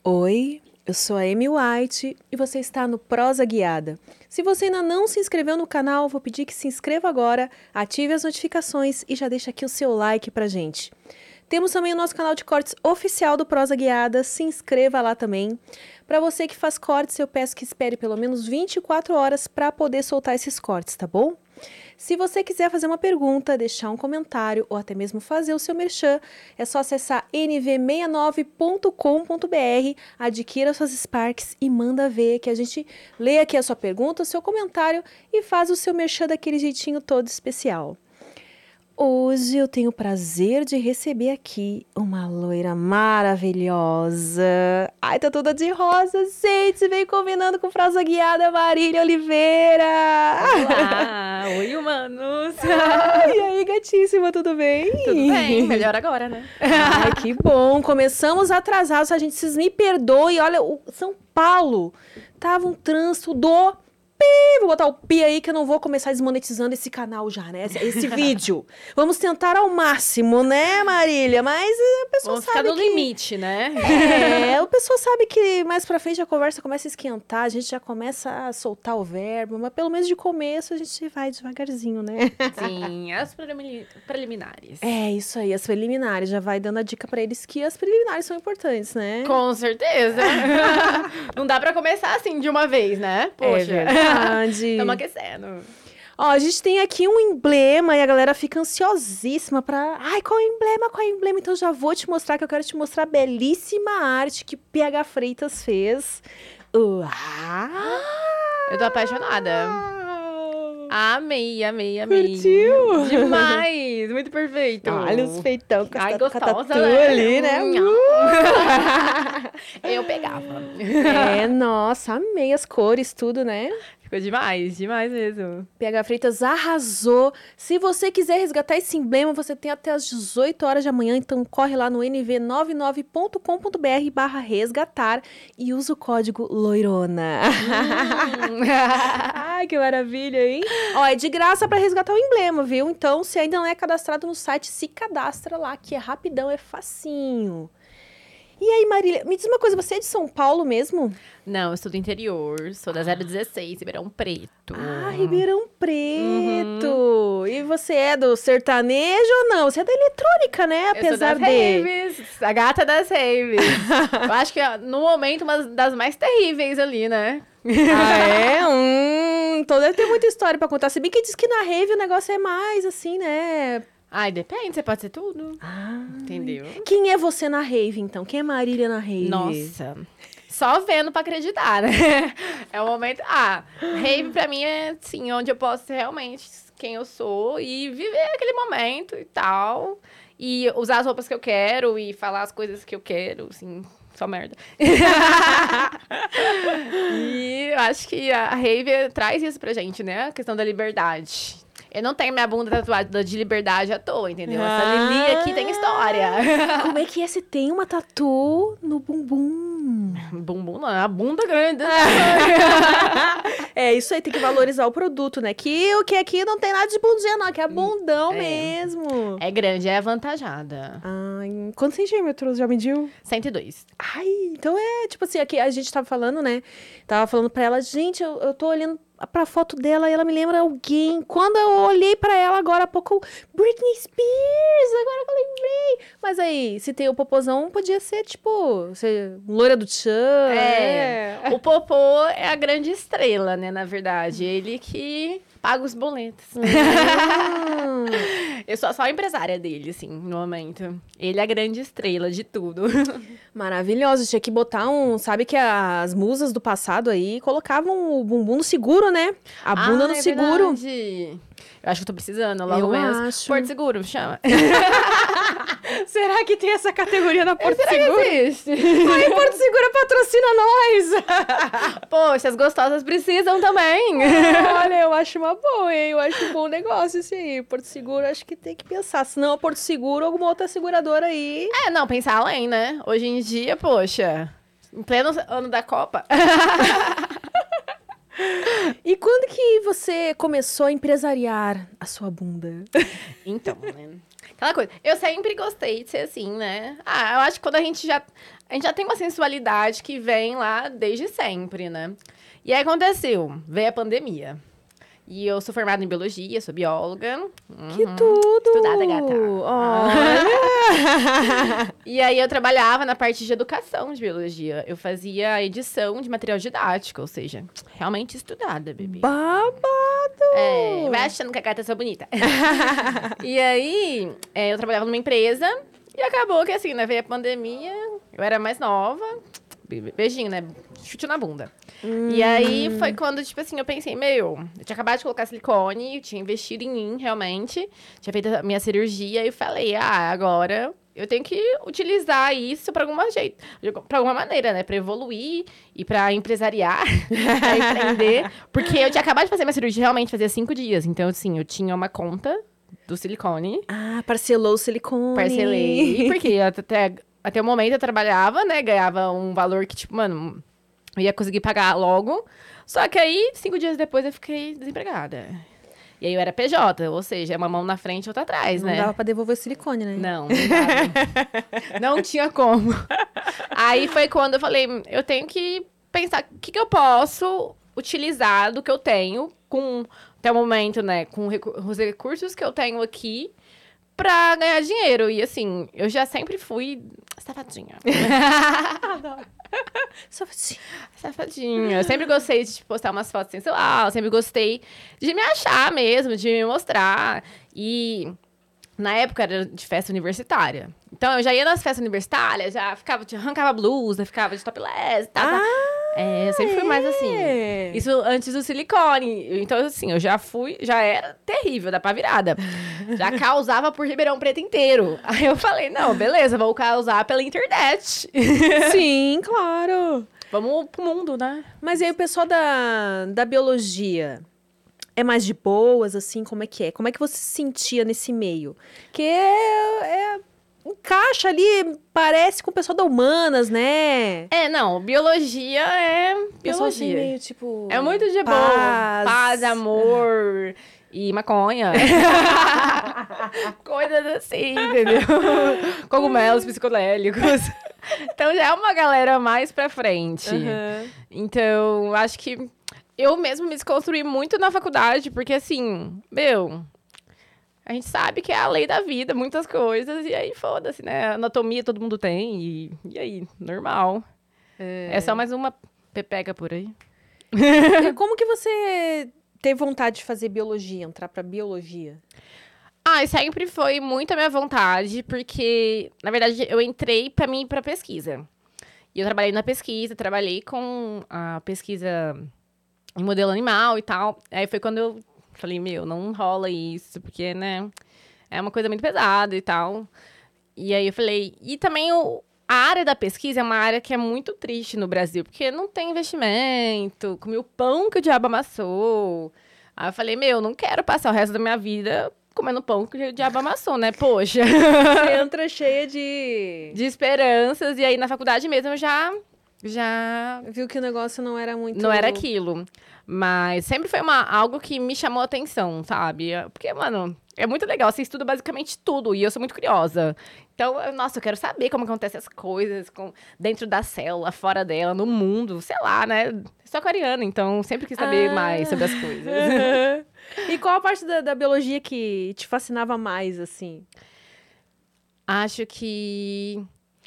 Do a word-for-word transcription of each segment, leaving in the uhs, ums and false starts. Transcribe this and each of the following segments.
Oi, eu sou a Amy White e você está no Prosa Guiada. Se você ainda não se inscreveu no canal, vou pedir que se inscreva agora, ative as notificações e já deixa aqui o seu like pra gente. Temos também o nosso canal de cortes oficial do Prosa Guiada, se inscreva lá também. Para você que faz cortes, eu peço que espere pelo menos vinte e quatro horas para poder soltar esses cortes, tá bom? Se você quiser fazer uma pergunta, deixar um comentário ou até mesmo fazer o seu merchan, é só acessar n v sessenta e nove ponto com ponto b r, adquira suas Sparks e manda ver que a gente lê aqui a sua pergunta, o seu comentário e faz o seu merchan daquele jeitinho todo especial. Hoje eu tenho o prazer de receber aqui uma loira maravilhosa. Ai, tá toda de rosa, gente. Vem combinando com Prosa Guiada, Marília Oliveira. Olá, oi, humanos. Ai, e aí, gatíssima, tudo bem? Tudo bem, melhor agora, né? Ai, que bom. Começamos atrasados, a gente, vocês me perdoem. Olha, o São Paulo tava um trânsito do... Vou botar o pi aí que eu não vou começar desmonetizando esse canal já, né? Esse, esse vídeo. Vamos tentar ao máximo, né, Marília? Mas a pessoa Vamos sabe ficar no que... limite, né? É, a pessoa sabe que mais pra frente a conversa começa a esquentar, a gente já começa a soltar o verbo, mas pelo menos de começo a gente vai devagarzinho, né? Sim, as prelimi- preliminares. É, isso aí, as preliminares. Já vai dando a dica pra eles que as preliminares são importantes, né? Com certeza. Não dá pra começar assim de uma vez, né? Poxa. É verdade. Estamos aquecendo. Ó, a gente tem aqui um emblema e a galera fica ansiosíssima pra... Ai, qual é o emblema? Qual é o emblema? Então já vou te mostrar, que eu quero te mostrar a belíssima arte que P H Freitas fez. Uau! Eu tô apaixonada. Amei, amei, amei. Curtiu? Demais, muito perfeito. Olha os feitão com a Ai, tatu- gostosa, com a tatu né? ali, né? Hum, Eu pegava. É, nossa, amei as cores, tudo, né? Ficou demais, demais mesmo. P H Freitas arrasou. Se você quiser resgatar esse emblema, você tem até as dezoito horas de amanhã, então corre lá no n v noventa e nove ponto com ponto b r barra resgatar e usa o código loirona. Hum. Ai, que maravilha, hein? Ó, é de graça pra resgatar o emblema, viu? Então, se ainda não é cadastrado no site, se cadastra lá, que é rapidão, é facinho. E aí, Marília, me diz uma coisa, você é de São Paulo mesmo? Não, eu sou do interior, sou da zero dezesseis, Ribeirão Preto. Ah, Ribeirão Preto! Uhum. E você é do sertanejo ou não? Você é da eletrônica, né? Apesar eu sou das de... raves, a gata das raves. Eu acho que, no momento, uma das mais terríveis ali, né? Ah, é? Hum, então deve ter muita história pra contar. Se bem que diz que na rave o negócio é mais assim, né... Ai, depende, você pode ser tudo. Ah, entendeu? Quem é você na rave, então? Quem é Marília na rave? Nossa, só vendo pra acreditar, né? É o momento... Ah, rave pra mim é, assim, onde eu posso ser realmente quem eu sou e viver aquele momento e tal. E usar as roupas que eu quero e falar as coisas que eu quero, assim... Só merda. E eu acho que a rave traz isso pra gente, né? A questão da liberdade. Eu não tenho minha bunda tatuada de liberdade à toa, entendeu? Essa Ah. Lili aqui tem história. Como é que é? Você tem uma tatu no bumbum? Bumbum não, é a bunda grande. É, isso aí, tem que valorizar o produto, né? Que o que aqui não tem nada de bundinha, não, que é bundão É. mesmo. É grande, é avantajada. Ai, quantos centímetros já mediu? cento e dois. Ai, então é, tipo assim, aqui a gente tava falando, né? Tava falando pra ela, gente, eu, eu tô olhando pra foto dela e ela me lembra alguém. Quando eu olhei pra ela agora há pouco, Britney Spears, agora que eu lembrei. Mas aí, se tem o popozão, podia ser, tipo, ser loira do tchan. É. O Popô é a grande estrela, né, na verdade. Ele que paga os boletos. Hum. Eu sou só a empresária dele, assim, no momento. Ele é a grande estrela de tudo. Maravilhoso, tinha que botar um... Sabe que as musas do passado aí colocavam o bumbum no seguro, né? A bunda ah, no é seguro. Verdade. Eu acho que eu tô precisando, logo Eu menos. acho. Porto Seguro, chama. Será que tem essa categoria na Porto Será Seguro? que existe? Aí, Porto Seguro patrocina nós! Poxa, as gostosas precisam também. Olha, eu acho uma boa, hein? Eu acho um bom negócio isso aí. Porto Seguro, acho que tem que pensar. Se não, Porto Seguro, alguma outra seguradora aí. É, não, pensar além, né? Hoje em dia, poxa, em pleno ano da Copa. E quando que você começou a empresariar a sua bunda? Então, né? Aquela coisa. Eu sempre gostei de ser assim, né? Ah, eu acho que quando a gente já... A gente já tem uma sensualidade que vem lá desde sempre, né? E aí aconteceu, veio a pandemia. E eu sou formada em biologia, sou bióloga. Que Uhum. tudo! Estudada, gata. Olha! E aí eu trabalhava na parte de educação de biologia. Eu fazia a edição de material didático, ou seja, realmente estudada, bebê. Babado! É, vai achando que a gata é só bonita. E aí, é, eu trabalhava numa empresa e acabou que assim, né, veio a pandemia, eu era mais nova, be- beijinho, né, chute na bunda. Hum. E aí, foi quando, tipo assim, eu pensei, meu, eu tinha acabado de colocar silicone, eu tinha investido em mim, realmente, tinha feito a minha cirurgia, e falei, ah, agora eu tenho que utilizar isso pra alguma jeito, pra alguma maneira, né, pra evoluir e pra empresariar, pra empreender, porque eu tinha acabado de fazer minha cirurgia, realmente, fazia cinco dias, então, assim, eu tinha uma conta do silicone. Ah, parcelou o silicone. Parcelei, porque até, até o momento eu trabalhava, né, ganhava um valor que, tipo, mano... Eu ia conseguir pagar logo. Só que aí, cinco dias depois, eu fiquei desempregada. E aí eu era P J, ou seja, uma mão na frente e outra atrás, Não né? dava pra devolver o silicone, né? Não, não dava. Não tinha como. Aí foi quando eu falei, eu tenho que pensar o que, que eu posso utilizar do que eu tenho com, até o momento, né, com recu- os recursos que eu tenho aqui pra ganhar dinheiro. E assim, eu já sempre fui safadinha. Adoro. Safadinha. Safadinha. Eu sempre gostei de tipo, postar umas fotos sensuais, sempre gostei de me achar mesmo, de me mostrar. E na época era de festa universitária. Então eu já ia nas festas universitárias, já ficava, de, arrancava blusa, ficava de topless e tal. Ah, É, eu sempre fui mais assim. é. Isso antes do silicone. Então, assim, eu já fui, já era terrível, da pá virada. Já causava por Ribeirão Preto inteiro. Aí eu falei, não, beleza, vou causar pela internet. Sim, claro. Vamos pro mundo, né? Mas e aí o pessoal da, da biologia é mais de boas, assim, como é que é? Como é que você se sentia nesse meio? Que é, é- encaixa ali, parece com o pessoal da humanas, né? É, não, biologia é Pessoal assim, biologia. meio, tipo... É muito de boa. paz. Paz, amor e maconha. Coisas assim, entendeu? Cogumelos psicodélicos. Então já é uma galera mais pra frente. Aham. Então, acho que eu mesmo me desconstruí muito na faculdade, porque assim, meu, a gente sabe que é a lei da vida, muitas coisas, e aí foda-se, né? Anatomia todo mundo tem, e, e aí, normal. É. É só mais uma pepeca por aí. E como que você teve vontade de fazer biologia, entrar pra biologia? Ah, sempre foi muito a minha vontade, porque, na verdade, eu entrei pra mim pra pesquisa. E eu trabalhei na pesquisa, trabalhei com a pesquisa em modelo animal e tal. Aí foi quando eu falei, meu, não rola isso, porque, né, é uma coisa muito pesada e tal. E aí eu falei, e também o, a área da pesquisa é uma área que é muito triste no Brasil, porque não tem investimento, comi o pão que o diabo amassou. Aí eu falei, meu, não quero passar o resto da minha vida comendo pão que o diabo amassou, né? Poxa. Você entra cheia de... De esperanças, e aí na faculdade mesmo eu já, já Viu que o negócio não era muito... não era aquilo. Mas sempre foi uma, algo que me chamou a atenção, sabe? Porque, mano, é muito legal. Você estuda basicamente tudo e eu sou muito curiosa. Então, eu- nossa, eu quero saber como acontecem as coisas com, dentro da célula, fora dela, no mundo, sei lá, né? Sou aquariana, então sempre quis saber Ah. mais sobre as coisas. E qual a parte da, da biologia que te fascinava mais, assim? Acho que...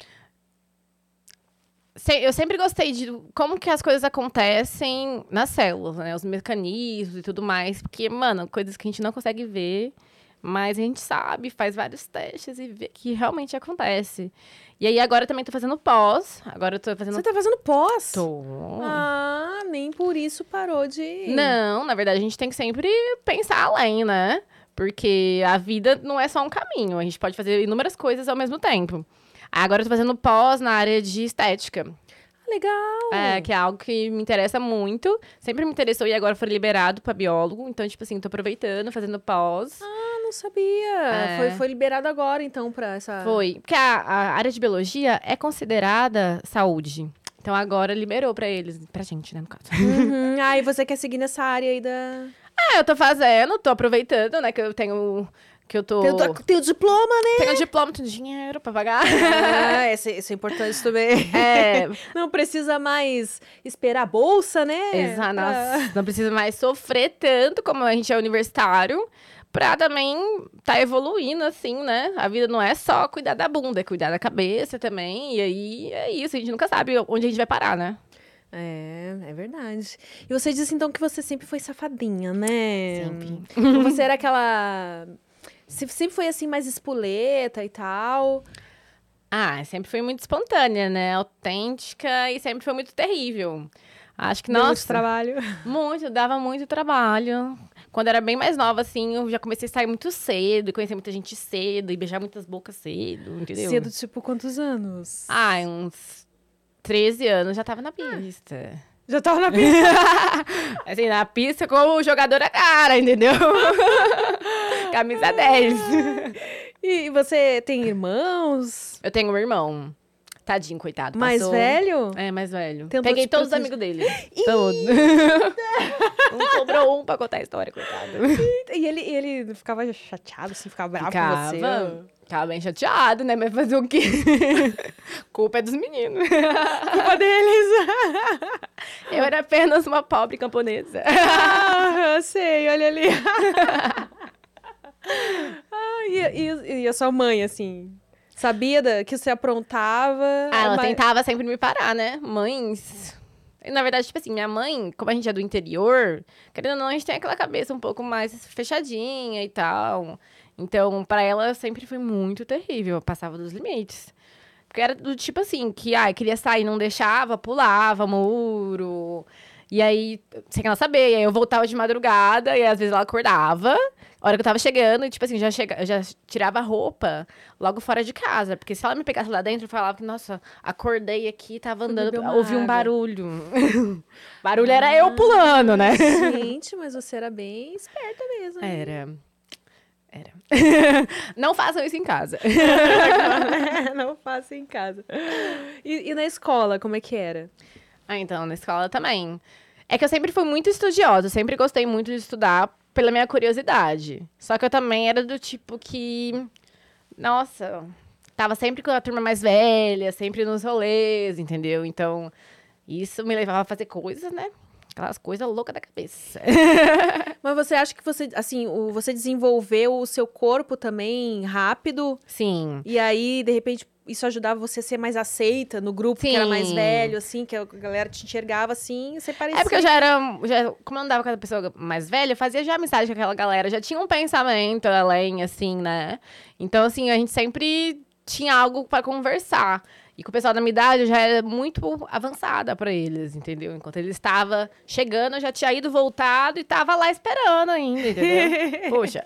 Se- Eu sempre gostei de como que as coisas acontecem nas células, né? Os mecanismos e tudo mais. Porque, mano, coisas que a gente não consegue ver, mas a gente sabe, faz vários testes e vê que realmente acontece. E aí, agora eu também tô fazendo pós. Agora eu tô fazendo... Você tá fazendo pós? Tô. Ah, nem por isso parou de... Não, na verdade, a gente tem que sempre pensar além, né? Porque a vida não é só um caminho. A gente pode fazer inúmeras coisas ao mesmo tempo. Agora eu tô fazendo pós na área de estética. Legal! É, que é algo que me interessa muito. Sempre me interessou e agora foi liberado pra biólogo. Então, tipo assim, tô aproveitando, fazendo pós. Ah, não sabia. É. Foi, foi liberado agora, então, pra essa... Foi. Porque a, a área de biologia é considerada saúde. Então, agora liberou pra eles. Pra gente, né, no caso. Uhum. Ah, e você quer seguir nessa área aí da... É, eu tô fazendo, tô aproveitando, né, que eu tenho... que eu tô... Tem, o- tem o diploma, né? Tenho diploma, tenho dinheiro pra pagar. Ah, isso, isso é importante também. É, Não precisa mais esperar a bolsa, né? exato. Pra- Nossa, não precisa mais sofrer tanto como a gente é universitário pra também tá evoluindo, assim, né? A vida não é só cuidar da bunda, é cuidar da cabeça também. E aí é isso, a gente nunca sabe onde a gente vai parar, né? É, é verdade. E você disse então que você sempre foi safadinha, né? Sempre. Você era aquela. se- Sempre foi assim, mais espoleta e tal. Ah, sempre fui muito espontânea, né? Autêntica e sempre foi muito terrível. Acho que, Deu muito nossa, trabalho. muito, dava muito trabalho. Quando era bem mais nova, assim, eu já comecei a sair muito cedo, e conhecer muita gente cedo, e beijar muitas bocas cedo, entendeu? Cedo, tipo, quantos anos? Ah, uns treze anos já tava na pista. Já tava na pista. Assim, na pista como jogadora cara, entendeu? Camisa dez. E você tem irmãos? Eu tenho um irmão. Tadinho, coitado. Mais passou- velho? É, mais velho. Tentou Peguei te todos os proteger. amigos dele. Todos. Não sobrou um pra contar a história, coitado. E ele, e ele ficava chateado, assim, ficava bravo Ficava. com você? Ficava bem chateado, né? Mas fazer o quê? Culpa é dos meninos. Culpa deles. Eu era apenas uma pobre camponesa. Ah, sei, olha ali. Ah, e, e- e a sua mãe, assim, sabia da- que você aprontava? Ah, ela mas- tentava sempre me parar, né? Mães. E, na verdade, tipo assim, minha mãe, como a gente é do interior, querendo ou não, a gente tem aquela cabeça um pouco mais fechadinha e tal. Então, pra ela, sempre foi muito terrível. Eu passava dos limites. Porque era do tipo assim, que, ah, queria sair, não deixava, pulava muro. E aí, sem ela saber, e aí eu voltava de madrugada, e às vezes ela acordava. A hora que eu tava chegando, e tipo assim, já, chega, eu já tirava a roupa logo fora de casa. Porque se ela me pegasse lá dentro, eu falava que, nossa, acordei aqui, tava andando, beber uma ouvi um água. barulho. Barulho era eu pulando, né? Gente, mas você era bem esperta mesmo. hein? Era. Era. Não façam isso em casa. Não faça em casa. E, e na escola, como é que era? Ah, então, na escola também. É que eu sempre fui muito estudiosa, eu sempre gostei muito de estudar pela minha curiosidade. Só que eu também era do tipo que, nossa, tava sempre com a turma mais velha, sempre nos rolês, entendeu? Então, isso me levava a fazer coisas, né? Aquelas coisas loucas da cabeça. Mas você acha que você, assim, o, você desenvolveu o seu corpo também rápido? Sim. E aí, de repente, isso ajudava você a ser mais aceita no grupo que era mais Sim. velho, assim, que a galera te enxergava assim, você parecia... É porque eu já era. Já, como eu andava com a pessoa mais velha, eu fazia já amizade com aquela galera. Já tinha um pensamento além, assim, né? Então, assim, a gente sempre tinha algo pra conversar. E com o pessoal da minha idade, eu já era muito avançada pra eles, entendeu? Enquanto ele estava chegando, eu já tinha ido, voltado e tava lá esperando ainda, entendeu? Poxa.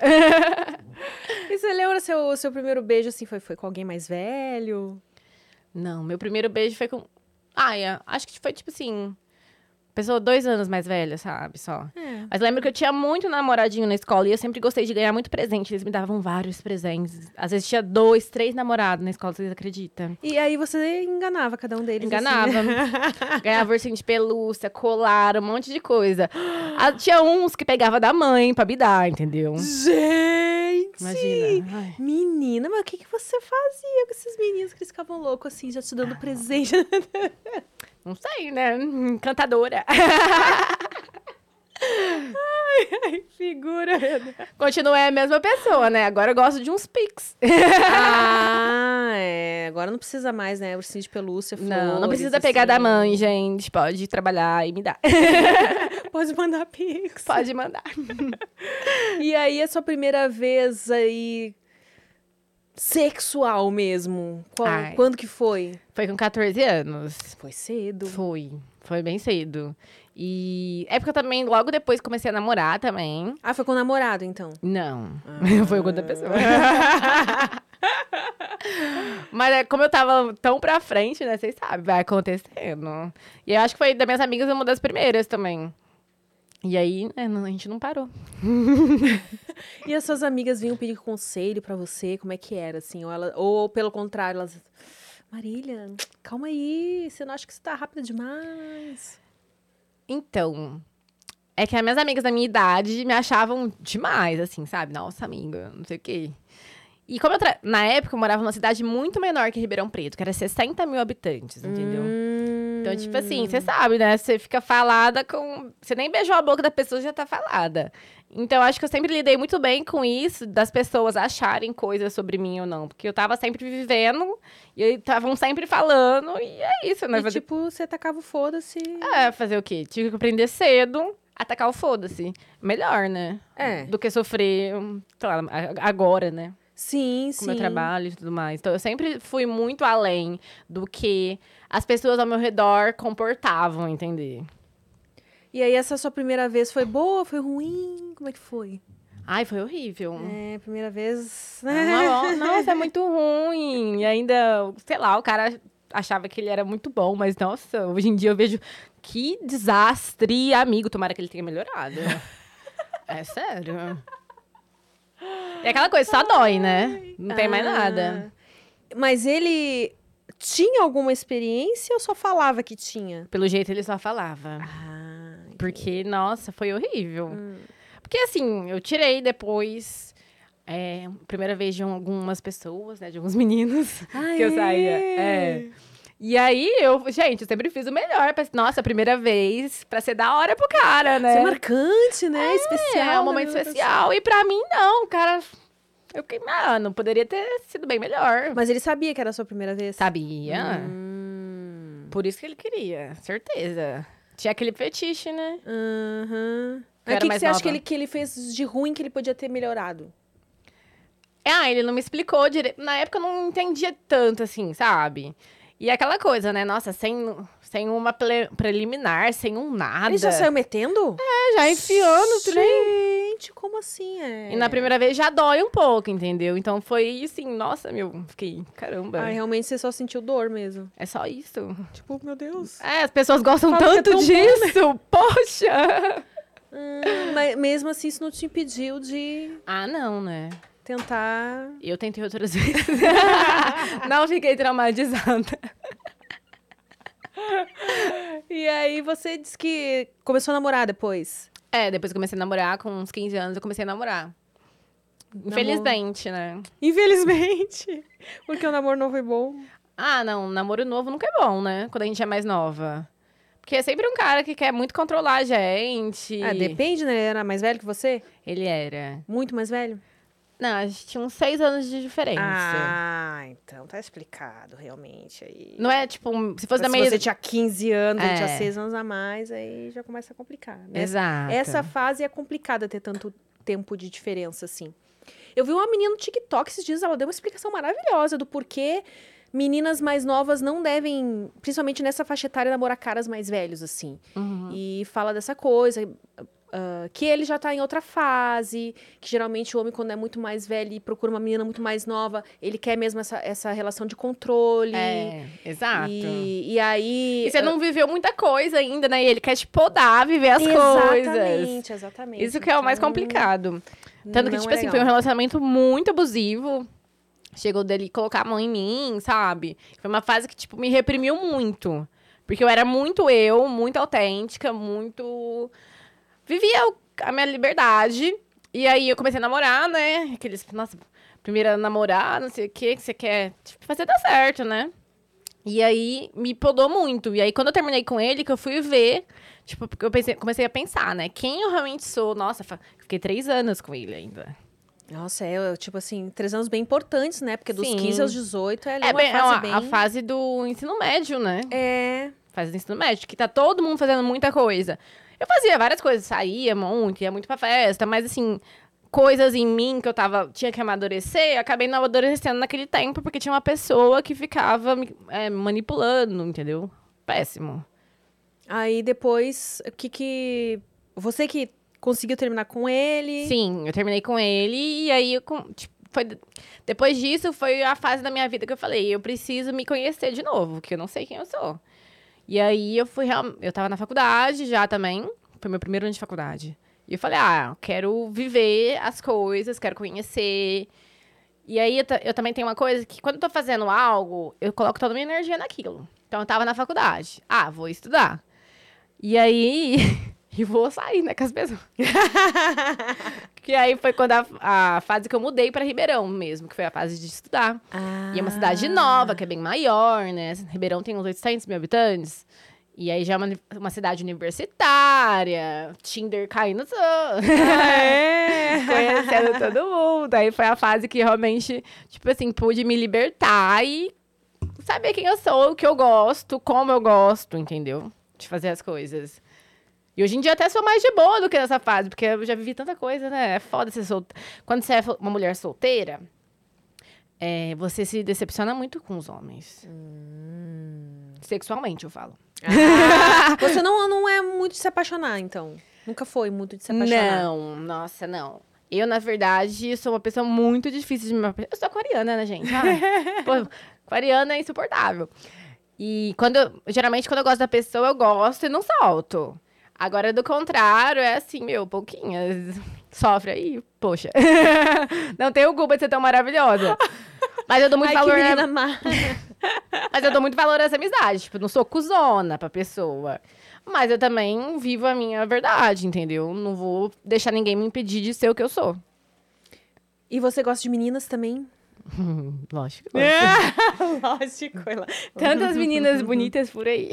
E você lembra seu, seu primeiro beijo, assim, foi, foi com alguém mais velho? Não, meu primeiro beijo foi com. Ah, é, acho que foi tipo assim. Pessoa dois anos mais velha, sabe? Só. É. Mas lembro que eu tinha muito namoradinho na escola e eu sempre gostei de ganhar muito presente. Eles me davam vários presentes. Às vezes tinha dois, três namorados na escola, vocês acreditam? E aí você enganava cada um deles, Enganava. assim. Ganhava ursinho de pelúcia, colar, um monte de coisa. Ah, tinha uns que pegava da mãe pra me dar, entendeu? Gente! Imagina. Ai. Menina, mas o que, que você fazia com esses meninos que eles ficavam loucos, assim, já te dando presente? Não sei, né? Encantadora. Ai, figura. Continuei a mesma pessoa, né? Agora eu gosto de uns pics. Ah, é. Agora não precisa mais, né? Ursinho de pelúcia, flores, Não, não precisa assim. pegar da mãe, gente. Pode trabalhar e me dar. Pode mandar pix. Pode mandar. E aí, a sua primeira vez aí... sexual mesmo? Qual- Ai. Quando que foi? Foi com catorze anos. Foi cedo. Foi. Foi bem cedo. E é porque eu também, logo depois, comecei a namorar também. Ah, foi com o namorado, então? Não. Foi com outra pessoa. Mas é, como eu tava tão pra frente, né? Vocês sabem, vai acontecendo. E eu acho que foi das minhas amigas uma das primeiras também. E aí, né, não- a gente não parou. E as suas amigas vinham pedir conselho pra você? Como é que era, assim? Ou, ela, ou pelo contrário, elas... Marília, calma aí. Você não acha que você tá rápida demais? Então, é que as minhas amigas da minha idade me achavam demais, assim, sabe? Nossa, amiga, não sei o quê. E como eu, tra... na época, eu morava numa cidade muito menor que Ribeirão Preto, que era sessenta mil habitantes, entendeu? Hum... Então, tipo assim, você sabe, né? Você fica falada com... Você nem beijou a boca da pessoa, já tá falada. Então, acho que eu sempre lidei muito bem com isso, das pessoas acharem coisas sobre mim ou não. Porque eu tava sempre vivendo, e estavam sempre falando, e é isso, né? E, fazer... tipo, você tacava o foda-se... É, fazer o quê? Tive que aprender cedo, atacar o foda-se. Melhor, né? É. Do que sofrer, sei lá, agora, né? Sim, Com sim. o meu trabalho e tudo mais. Então, eu sempre fui muito além do que as pessoas ao meu redor comportavam, entender? E aí, essa sua primeira vez foi boa, foi ruim? Como é que foi? Ai, foi horrível. É, primeira vez... Não, nossa, é muito ruim. E ainda, sei lá, o cara achava que ele era muito bom, mas, nossa, hoje em dia eu vejo que desastre. Amigo, tomara que ele tenha melhorado. É sério. É aquela coisa, só dói, né? Não tem mais nada. Mas ele tinha alguma experiência ou só falava que tinha? Pelo jeito, ele só falava. Ah, Porque, nossa, foi horrível. Hum. Porque, assim, eu tirei depois... É, primeira vez de algumas pessoas, né? De alguns meninos Ah, que eu é? saía. É. E aí, eu... Gente, eu sempre fiz o melhor. Pra, nossa, a primeira vez, pra ser da hora pro cara, né? Ser marcante, né? Especial. É, um momento especial. E pra mim, não. O cara... Eu fiquei, mano, poderia ter sido bem melhor. Mas ele sabia que era a sua primeira vez? Sabia. Hum. Por isso que ele queria, certeza. Tinha aquele fetiche, né? Uhum. Eu Aí era o que, que mais você acha nova. que ele, que ele fez de ruim que ele podia ter melhorado? Ah, ele não me explicou direito. Na época eu não entendia tanto, assim, sabe? E aquela coisa, né? Nossa, sem, sem uma ple- preliminar, sem um nada. Ele já saiu metendo? É, já enfiando o trem. Gente, como assim? É? E na primeira vez já dói um pouco, entendeu? Então foi assim, nossa, meu, fiquei, caramba. Ah, realmente você só sentiu dor mesmo. É só isso. Tipo, meu Deus. É, as pessoas gostam Fala que é tanto tão bom, disso. Poxa! Hum, mas mesmo assim, isso não te impediu de Ah, não, né? tentar... Eu tentei outras vezes. Não fiquei traumatizada. E aí, você disse que começou a namorar depois. É, depois que eu comecei a namorar, com uns quinze anos, eu comecei a namorar. Infelizmente, né? Infelizmente. Porque o namoro não foi bom. Ah, não, namoro novo nunca é bom, né? Quando a gente é mais nova. Porque é sempre um cara que quer muito controlar a gente. Ah, depende, né? Ele era mais velho que você? Ele era. Muito mais velho? Não, a gente tinha uns seis anos de diferença. Ah, então tá explicado, realmente. Aí... Não é, tipo, um- se fosse da Se meia... você tinha quinze anos, ele É. tinha seis anos a mais, aí já começa a complicar. Né? Exato. Essa fase é complicada ter tanto tempo de diferença, assim. Eu vi uma menina no TikTok esses dias, ela deu uma explicação maravilhosa do porquê meninas mais novas não devem, principalmente nessa faixa etária, namorar caras mais velhos, assim. Uhum. E fala dessa coisa, uh, que ele já tá em outra fase, que geralmente o homem, quando é muito mais velho e procura uma menina muito mais nova, ele quer mesmo essa, essa relação de controle. É, exato. E, e aí... E você não viveu muita coisa ainda, né? E ele quer te podar, viver as coisas. Exatamente, exatamente. Isso que é o mais Então, complicado. Tanto que, não tipo é assim, legal. foi um relacionamento muito abusivo. Chegou dele colocar a mão em mim, sabe? Foi uma fase que, tipo, me reprimiu muito. Porque eu era muito eu, muito autêntica, muito... Vivia o- a minha liberdade. E aí eu comecei a namorar, né? Aqueles, nossa, primeira namorar, não sei o quê, que você quer tipo, fazer dar certo, né? E aí me podou muito. E aí quando eu terminei com ele, que eu fui ver, tipo, porque eu pensei, comecei a pensar, né? Quem eu realmente sou? Nossa, fa- fiquei três anos com ele ainda. Nossa, é, tipo assim, três anos bem importantes, né? Porque dos Sim. quinze aos dezoito é, ali É, uma bem, é fase uma- bem... a fase do ensino médio, né? É, Fase do ensino médio, que tá todo mundo fazendo muita coisa. Eu fazia várias coisas, saía muito, ia muito pra festa, mas assim, coisas em mim que eu tava, tinha que amadurecer, eu acabei não amadurecendo naquele tempo, porque tinha uma pessoa que ficava me é, manipulando, entendeu? Péssimo. aí depois, o que que... Você que conseguiu terminar com ele... Sim, eu terminei com ele, e aí eu, com- tipo, foi, depois disso foi a fase da minha vida que eu falei, eu preciso me conhecer de novo, porque eu não sei quem eu sou. E aí eu fui, real- eu tava na faculdade já também, foi meu primeiro ano de faculdade. E eu falei, ah, eu quero viver as coisas, quero conhecer. E aí eu, ta- eu também tenho uma coisa que quando eu tô fazendo algo, eu coloco toda a minha energia naquilo. Então eu tava na faculdade, ah, vou estudar. E aí, e vou sair, né, com as pessoas. Que aí foi quando a, a fase que eu mudei pra Ribeirão mesmo, que foi a fase de estudar. Ah. E é uma cidade nova, que é bem maior, né? Ribeirão tem uns oitocentos mil habitantes. E aí já é uma, uma cidade universitária, Tinder caindo tudo. Ah, é? Conhecendo todo mundo. Aí foi a fase que realmente, tipo assim, pude me libertar e saber quem eu sou, o que eu gosto, como eu gosto, entendeu? De fazer as coisas. E hoje em dia até sou mais de boa do que nessa fase, porque eu já vivi tanta coisa, né? É foda ser solteira. Quando você é uma mulher solteira, é, você se decepciona muito com os homens. Hum. Sexualmente, eu falo. Ah, você não, não é muito de se apaixonar, então? Nunca foi muito de se apaixonar? Não, nossa, não. Eu, na verdade, sou uma pessoa muito difícil de me apaixonar. Eu sou aquariana, né, gente? Ah, pô, aquariana é insuportável. E quando eu, geralmente, quando eu gosto da pessoa, eu gosto e não solto. Agora, do contrário, é assim, meu, pouquinhas. Sofre aí, poxa. Não tenho culpa de ser tão maravilhosa. Mas eu dou muito Ai, valor... que menina na... má. Mas eu dou muito valor às amizades. Tipo, não sou cuzona pra pessoa. Mas eu também vivo a minha verdade, entendeu? Não vou deixar ninguém me impedir de ser o que eu sou. E você gosta de meninas também? Lógico. Lógico. Ela... Tantas meninas bonitas por aí.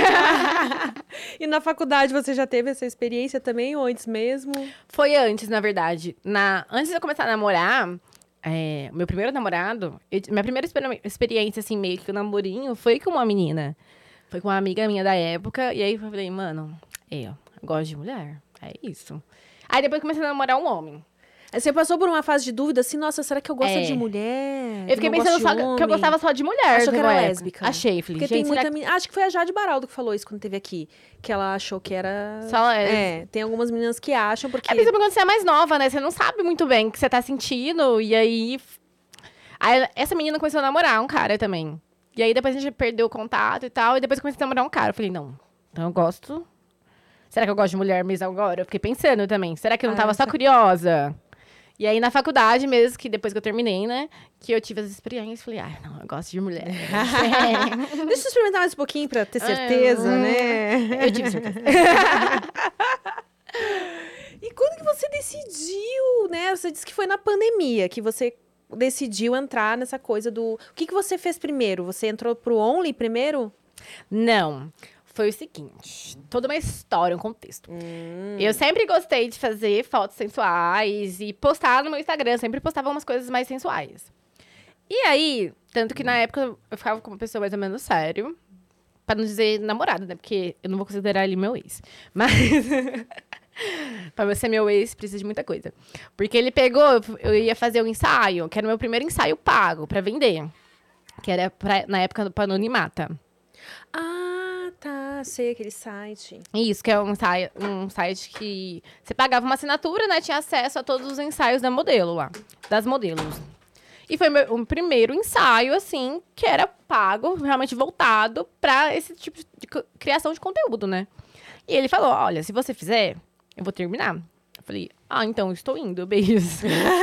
E na faculdade você já teve essa experiência também, ou antes mesmo? Foi antes, na verdade. Na... Antes de eu começar a namorar, é... meu primeiro namorado, eu... minha primeira exper... experiência, assim, meio que o namorinho, foi com uma menina. Foi com uma amiga minha da época. E aí eu falei, mano, é, eu gosto de mulher. É isso. Aí depois eu comecei a namorar um homem. Você passou por uma fase de dúvida, assim, nossa, será que eu gosto É. de mulher? Eu fiquei não pensando gosto só de que eu homem? gostava só de mulher. Achou que naquela era época. lésbica? Achei, falei, Porque gente, tem muita será que... menina... Acho que foi a Jade Baraldo que falou isso quando esteve aqui. Que ela achou que era... Só É, tem algumas meninas que acham, porque... É principalmente quando você é mais nova, né? Você não sabe muito bem o que você tá sentindo. E aí... aí essa menina começou a namorar um cara também. E aí depois a gente perdeu o contato e tal. E depois eu comecei a namorar um cara. Eu falei, não, então eu gosto... Será que eu gosto de mulher mesmo agora? Eu fiquei pensando também. Será que eu não tava Ah, só curiosa? E aí, na faculdade mesmo, que depois que eu terminei, né? Que eu tive as experiências, falei, ah, não, eu gosto de mulher. Deixa eu experimentar mais um pouquinho pra ter certeza, Ah, né? Eu tive certeza. E quando que você decidiu, né? Você disse que foi na pandemia que você decidiu entrar nessa coisa do... O que que você fez primeiro? Você entrou pro Only primeiro? Não. Foi o seguinte, toda uma história, um contexto. Hum. Eu sempre gostei de fazer fotos sensuais e postar no meu Instagram. Sempre postava umas coisas mais sensuais. E aí, tanto que na época eu ficava com uma pessoa mais ou menos sério. Pra não dizer namorada, né? Porque eu não vou considerar ele meu ex. Mas... pra ser meu ex, precisa de muita coisa. Porque ele pegou, eu ia fazer um ensaio, que era o meu primeiro ensaio pago pra vender. Que era pra, na época do Anonimata. Ah, tá. Sei, aquele site. Isso, que é um, ensaio, um site que você pagava uma assinatura, né? Tinha acesso a todos os ensaios da modelo lá. Das modelos. E foi meu, um primeiro ensaio, assim, que era pago, realmente voltado pra esse tipo de criação de conteúdo, né? E ele falou, olha, se você fizer, eu vou terminar. Eu falei, ah, então, estou indo, beijos.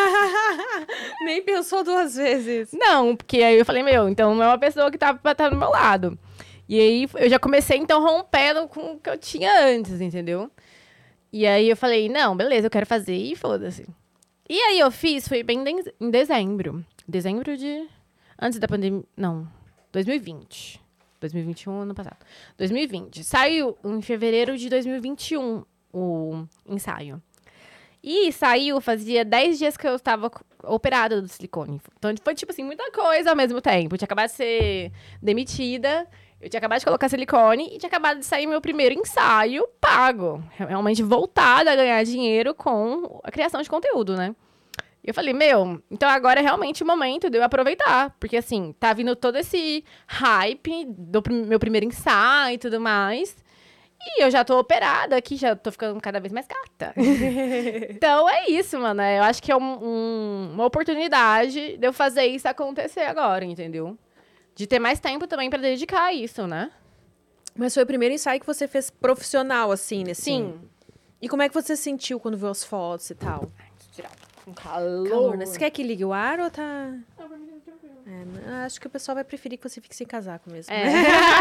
Nem pensou duas vezes. Não, porque aí eu falei, meu, então não é uma pessoa que tá pra estar do meu lado. E aí, eu já comecei, então, rompendo com o que eu tinha antes, entendeu? E aí, eu falei, não, beleza, eu quero fazer e foda-se. E aí, eu fiz, foi bem de- em dezembro. Dezembro de... Antes da pandemia... Não, dois mil e vinte. dois mil e vinte e um, ano passado. dois mil e vinte. Saiu em fevereiro de dois mil e vinte e um o ensaio. E saiu, fazia dez dias que eu estava operada do silicone. Então, foi, tipo assim, muita coisa ao mesmo tempo. Eu tinha acabado de ser demitida... Eu tinha acabado de colocar silicone e tinha acabado de sair meu primeiro ensaio pago. Realmente voltada a ganhar dinheiro com a criação de conteúdo, né? E eu falei, meu, então agora é realmente o momento de eu aproveitar. Porque, assim, tá vindo todo esse hype do prim- meu primeiro ensaio e tudo mais. E eu já tô operada aqui, já tô ficando cada vez mais gata. Então, é isso, mano. Eu acho que é um- um- uma oportunidade de eu fazer isso acontecer agora, entendeu? De ter mais tempo também pra dedicar a isso, né? Mas foi o primeiro ensaio que você fez profissional, assim, nesse... Sim. E como é que você se sentiu quando viu as fotos e tal? Tirar com calor. Calor, né? Você quer que ligue o ar ou tá... É, Acho que o pessoal vai preferir que você fique sem casaco mesmo. É.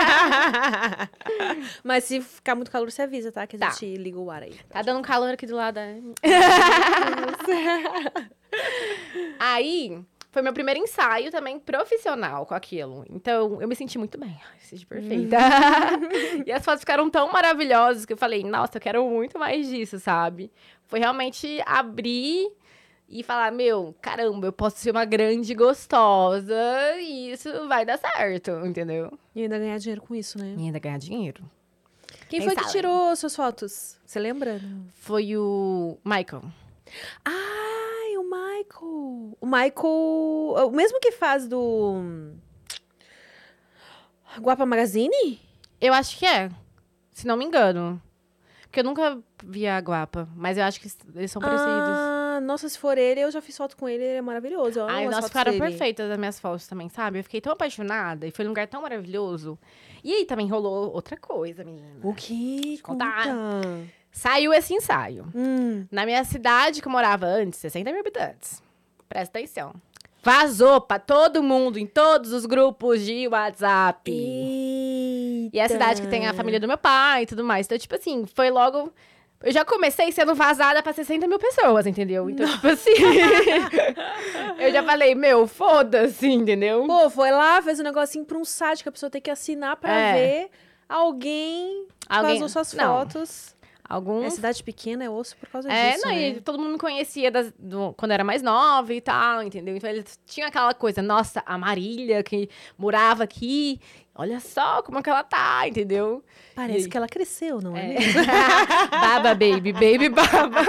Mas se ficar muito calor, você avisa, tá? Que a Tá. gente liga o ar aí. Tá dando calor aqui do lado. É. Aí, foi meu primeiro ensaio também profissional com aquilo. Então, eu me senti muito bem. Ai, seja perfeita. E as fotos ficaram tão maravilhosas que eu falei, nossa, eu quero muito mais disso, sabe? Foi realmente abrir e falar, meu, caramba, eu posso ser uma grande gostosa e isso vai dar certo, entendeu? E ainda ganhar dinheiro com isso, né? E ainda ganhar dinheiro. Quem Tem foi que salário. tirou suas fotos? Você lembra? Foi o Michael. Ai, o Michael. O Michael... O mesmo que faz do... Guapa Magazine? Eu acho que é, se não me engano. Porque eu nunca vi a Guapa, mas eu acho que eles são parecidos. Ah, nossa, se for ele, eu já fiz foto com ele, ele é maravilhoso. Eu amo Ai, as nossa, fotos ficaram dele. perfeitas as minhas fotos também, sabe? Eu fiquei tão apaixonada e foi um lugar tão maravilhoso. E aí também rolou outra coisa, menina. O que? Contar. Conta. Saiu esse ensaio. Hum. Na minha cidade que eu morava antes, sessenta mil habitantes. Presta atenção. Vazou pra todo mundo, em todos os grupos de WhatsApp. Eita. E é a cidade que tem a família do meu pai e tudo mais. Então, tipo assim, foi logo... Eu já comecei sendo vazada pra sessenta mil pessoas, entendeu? Então, tipo assim... eu já falei, meu, foda-se, entendeu? Pô, foi lá, fez um negocinho pra um site que a pessoa tem que assinar pra É. ver. Alguém, Alguém- vazou suas não. fotos. Alguns... É cidade pequena, é osso por causa É, disso, não, né? e todo mundo me conhecia das- do- quando era mais nova e tal, entendeu? Então eles tinham aquela coisa, nossa, a Marília que morava aqui, olha só como é que ela tá, entendeu? Parece E- que ela cresceu, não é, É. mesmo? Baba, baby, baby, baba.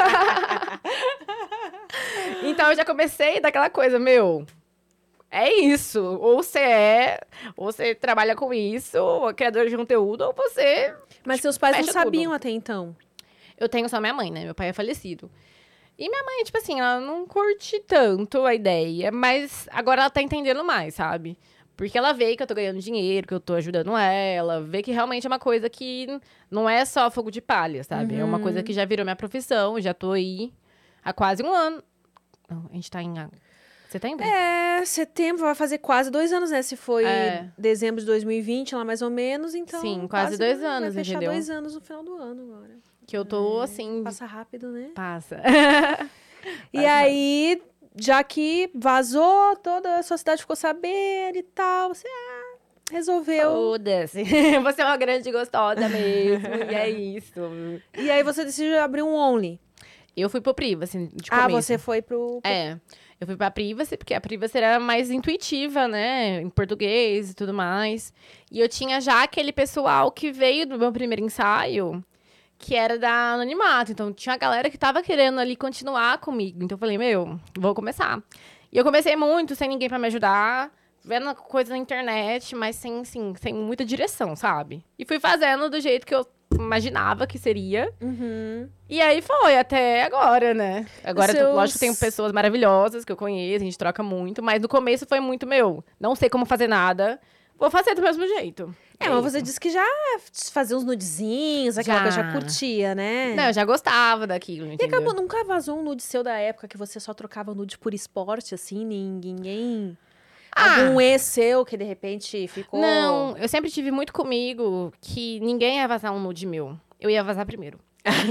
Então eu já comecei daquela coisa, meu, é isso. Ou você é, ou você trabalha com isso, ou é criador de conteúdo, ou você... Mas seus pais não Fecha sabiam tudo. até então. Eu tenho só minha mãe, né? Meu pai é falecido. E minha mãe, tipo assim, ela não curte tanto a ideia, mas agora ela tá entendendo mais, sabe? Porque ela vê que eu tô ganhando dinheiro, que eu tô ajudando ela, vê que realmente é uma coisa que não é só fogo de palha, sabe? É uma coisa que já virou minha profissão, já tô aí há quase um ano. Não, a gente tá em setembro? É, setembro vai fazer quase dois anos, né? Se foi É. dezembro de dois mil e vinte, lá mais ou menos, então... Sim, quase dois anos, Vai fechar entendeu? dois anos no final do ano agora. Que eu tô, assim, Passa rápido, né? passa. E Passa aí, já que vazou, toda a sua cidade ficou sabendo e tal, você ah, resolveu. Foda-se. Você é uma grande gostosa mesmo, e é isso. E aí você decidiu abrir um Only. Eu fui pro Privacy, de Ah, começo. você foi pro... pro- É, eu fui pra Privacy, porque a Privacy era mais intuitiva, né? Em português e tudo mais. E eu tinha já aquele pessoal que veio do meu primeiro ensaio, que era da Anonimato. Então, tinha a galera que tava querendo ali continuar comigo. Então, eu falei, meu, vou começar. E eu comecei muito, sem ninguém pra me ajudar, vendo coisa na internet, mas sem, assim, sem muita direção, sabe? E fui fazendo do jeito que eu imaginava que seria. Uhum. E aí foi, até agora, né? Agora, Os seus- lógico que tenho pessoas maravilhosas que eu conheço, a gente troca muito, mas no começo foi muito meu. Não sei como fazer nada, vou fazer do mesmo jeito. É, mas isso. você disse que já fazia uns nudezinhos, aquela Já. coisa, já curtia, né? Não, eu já gostava daquilo, E entendeu? acabou, nunca vazou um nude seu da época que você só trocava nude por esporte, assim, ninguém... Ah. Algum ex seu que, de repente, ficou... Não, eu sempre tive muito comigo que ninguém ia vazar um nude meu. Eu ia vazar primeiro.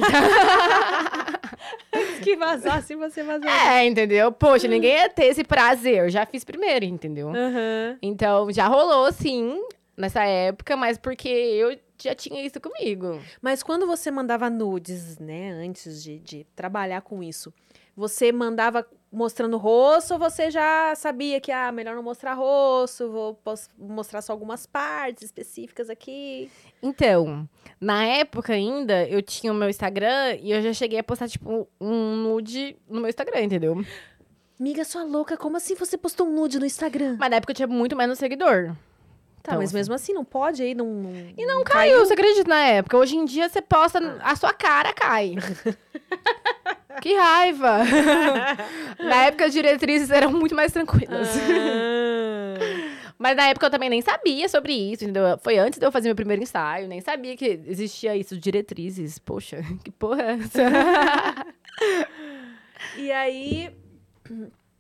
que vazasse, você vazou. É, entendeu? Poxa, ninguém ia ter esse prazer. Eu já fiz primeiro, entendeu? Aham. Então, já rolou, sim, nessa época, mas porque eu já tinha isso comigo. Mas quando você mandava nudes, né, antes de, de trabalhar com isso, você mandava mostrando o rosto ou você já sabia que, ah, melhor não mostrar rosto, vou pos- mostrar só algumas partes específicas aqui? Então, na época ainda, eu tinha o meu Instagram e eu já cheguei a postar, tipo, um nude no meu Instagram, entendeu? Miga, sua louca, como assim você postou um nude no Instagram? Mas na época eu tinha muito menos seguidor. Tá, então, mas assim. mesmo assim, não pode aí, não... não E não caiu, você acredita, na época? Hoje em dia, você posta, a sua cara cai. Que raiva! Na época, as diretrizes eram muito mais tranquilas. Ah. Mas na época, eu também nem sabia sobre isso, entendeu? Foi antes de eu fazer meu primeiro ensaio, nem sabia que existia isso, diretrizes. Poxa, que porra é essa? E aí,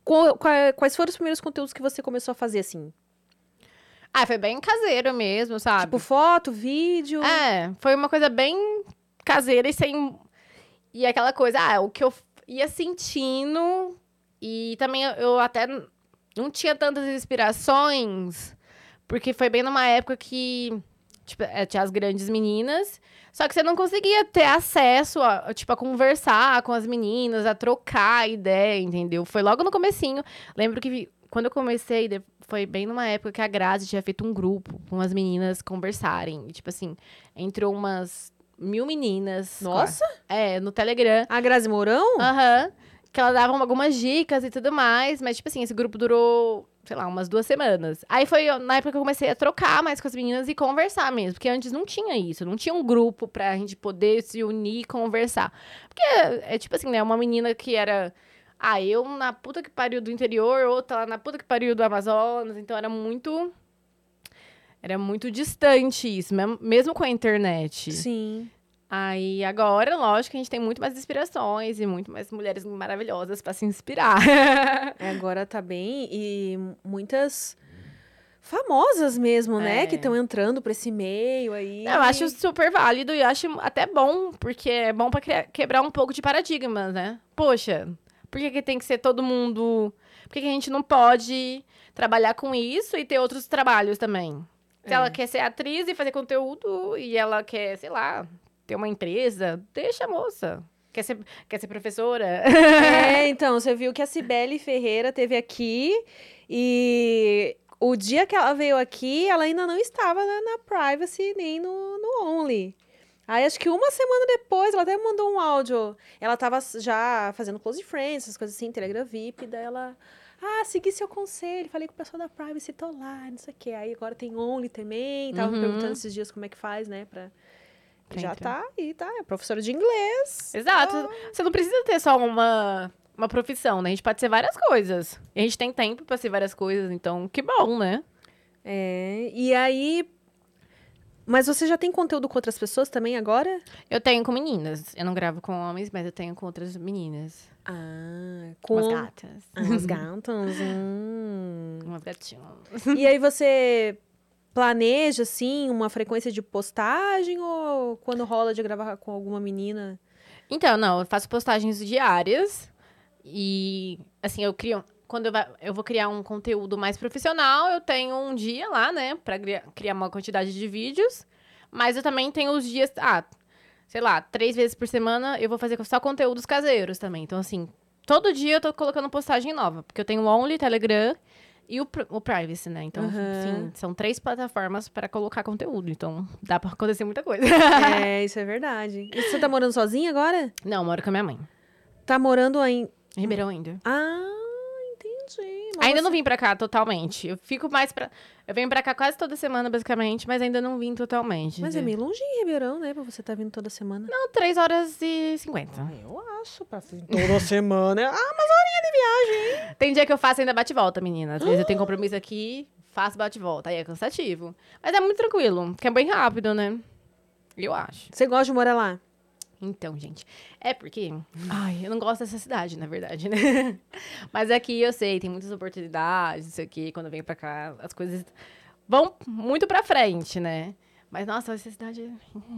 Qual- qual- quais foram os primeiros conteúdos que você começou a fazer, assim? Ah, foi bem caseiro mesmo, sabe? Tipo, foto, vídeo? É, foi uma coisa bem caseira e sem... E aquela coisa, ah, o que eu ia sentindo... E também eu, eu até não tinha tantas inspirações, porque foi bem numa época que, tipo, é, tinha as grandes meninas, só que você não conseguia ter acesso a, tipo, a conversar com as meninas, a trocar ideia, entendeu? Foi logo no comecinho. Lembro que quando eu comecei, de- foi bem numa época que a Grazi tinha feito um grupo com as meninas conversarem. E, tipo assim, entrou umas mil meninas. Nossa! É, no Telegram. A Grazi Mourão? Aham. Que ela dava algumas dicas e tudo mais. Mas, tipo assim, esse grupo durou, sei lá, umas duas semanas. Aí foi na época que eu comecei a trocar mais com as meninas e conversar mesmo. Porque antes não tinha isso. Não tinha um grupo pra gente poder se unir e conversar. Porque é, é tipo assim, né? Uma menina que era... Ah, eu na puta que pariu do interior, outra lá na puta que pariu do Amazonas. Então era muito... Era muito distante isso, mesmo, mesmo com a internet. Sim. Aí, agora, lógico, a gente tem muito mais inspirações e muito mais mulheres maravilhosas pra se inspirar. É, agora tá bem. E muitas famosas mesmo, né? É. Que estão entrando pra esse meio aí. Não, eu acho super válido e acho até bom, porque é bom pra cre- quebrar um pouco de paradigmas, né? Poxa, por que, que tem que ser todo mundo... Por que, que a gente não pode trabalhar com isso e ter outros trabalhos também? Se É. ela quer ser atriz e fazer conteúdo e ela quer, sei lá, ter uma empresa, deixa a moça. Quer ser, quer ser professora? É, então, você viu que a Cibele Ferreira teve aqui e o dia que ela veio aqui, ela ainda não estava na, na Privacy nem no, no Only. Aí, acho que uma semana depois, ela até me mandou um áudio. Ela tava já fazendo Close Friends, essas coisas assim, Telegram V I P, daí ela... Ah, segui seu conselho, falei com o pessoal da Privacy, tô lá, não sei o quê. Aí, agora tem Only também, tava me Uhum. perguntando esses dias como é que faz, né, pra... Pra Já entrar. tá aí, tá? É professora de inglês. Exato. Ah. Você não precisa ter só uma, uma profissão, né? A gente pode ser várias coisas. E a gente tem tempo pra ser várias coisas, então que bom, né? É, e aí... Mas você já tem conteúdo com outras pessoas também agora? Eu tenho com meninas. Eu não gravo com homens, mas eu tenho com outras meninas. Ah, Com com as gatas. Ah, as gatas. hum. Umas gatinhas. E aí você planeja, assim, uma frequência de postagem ou quando rola de gravar com alguma menina? Então, não, eu faço postagens diárias. E, assim, eu crio... Quando eu, va- eu vou criar um conteúdo mais profissional, eu tenho um dia lá, né? Pra criar, criar uma quantidade de vídeos. Mas eu também tenho os dias... Ah, sei lá, três vezes por semana eu vou fazer só conteúdos caseiros também. Então, assim, todo dia eu tô colocando postagem nova. Porque eu tenho o Only, Telegram e o, Pri- o Privacy, né? Então, Aham. sim, são três plataformas para colocar conteúdo. Então, dá pra acontecer muita coisa. É, isso é verdade. E você tá morando sozinha agora? Não, eu moro com a minha mãe. Tá morando em... Em Ribeirão ainda. Ah, entendi. Mas Ainda você- não vim pra cá totalmente. Eu fico mais pra... Eu venho pra cá quase toda semana, basicamente, mas ainda não vim totalmente. Mas é meio longe em Ribeirão, né? Pra você tá vindo toda semana. Não, três horas e cinquenta. Eu acho, pra vir toda semana. Ah, mas horinha de viagem. Tem dia que eu faço ainda bate-volta, menina. Às vezes eu tenho compromisso aqui, faço bate-volta. Aí é cansativo. Mas é muito tranquilo, porque é bem rápido, né? Eu acho. Você gosta de morar lá? Então, gente, é porque... Ai, eu não gosto dessa cidade, na verdade, né? Mas aqui eu sei, tem muitas oportunidades, isso aqui. Quando eu venho pra cá, as coisas vão muito pra frente, né? Mas, nossa, essa cidade...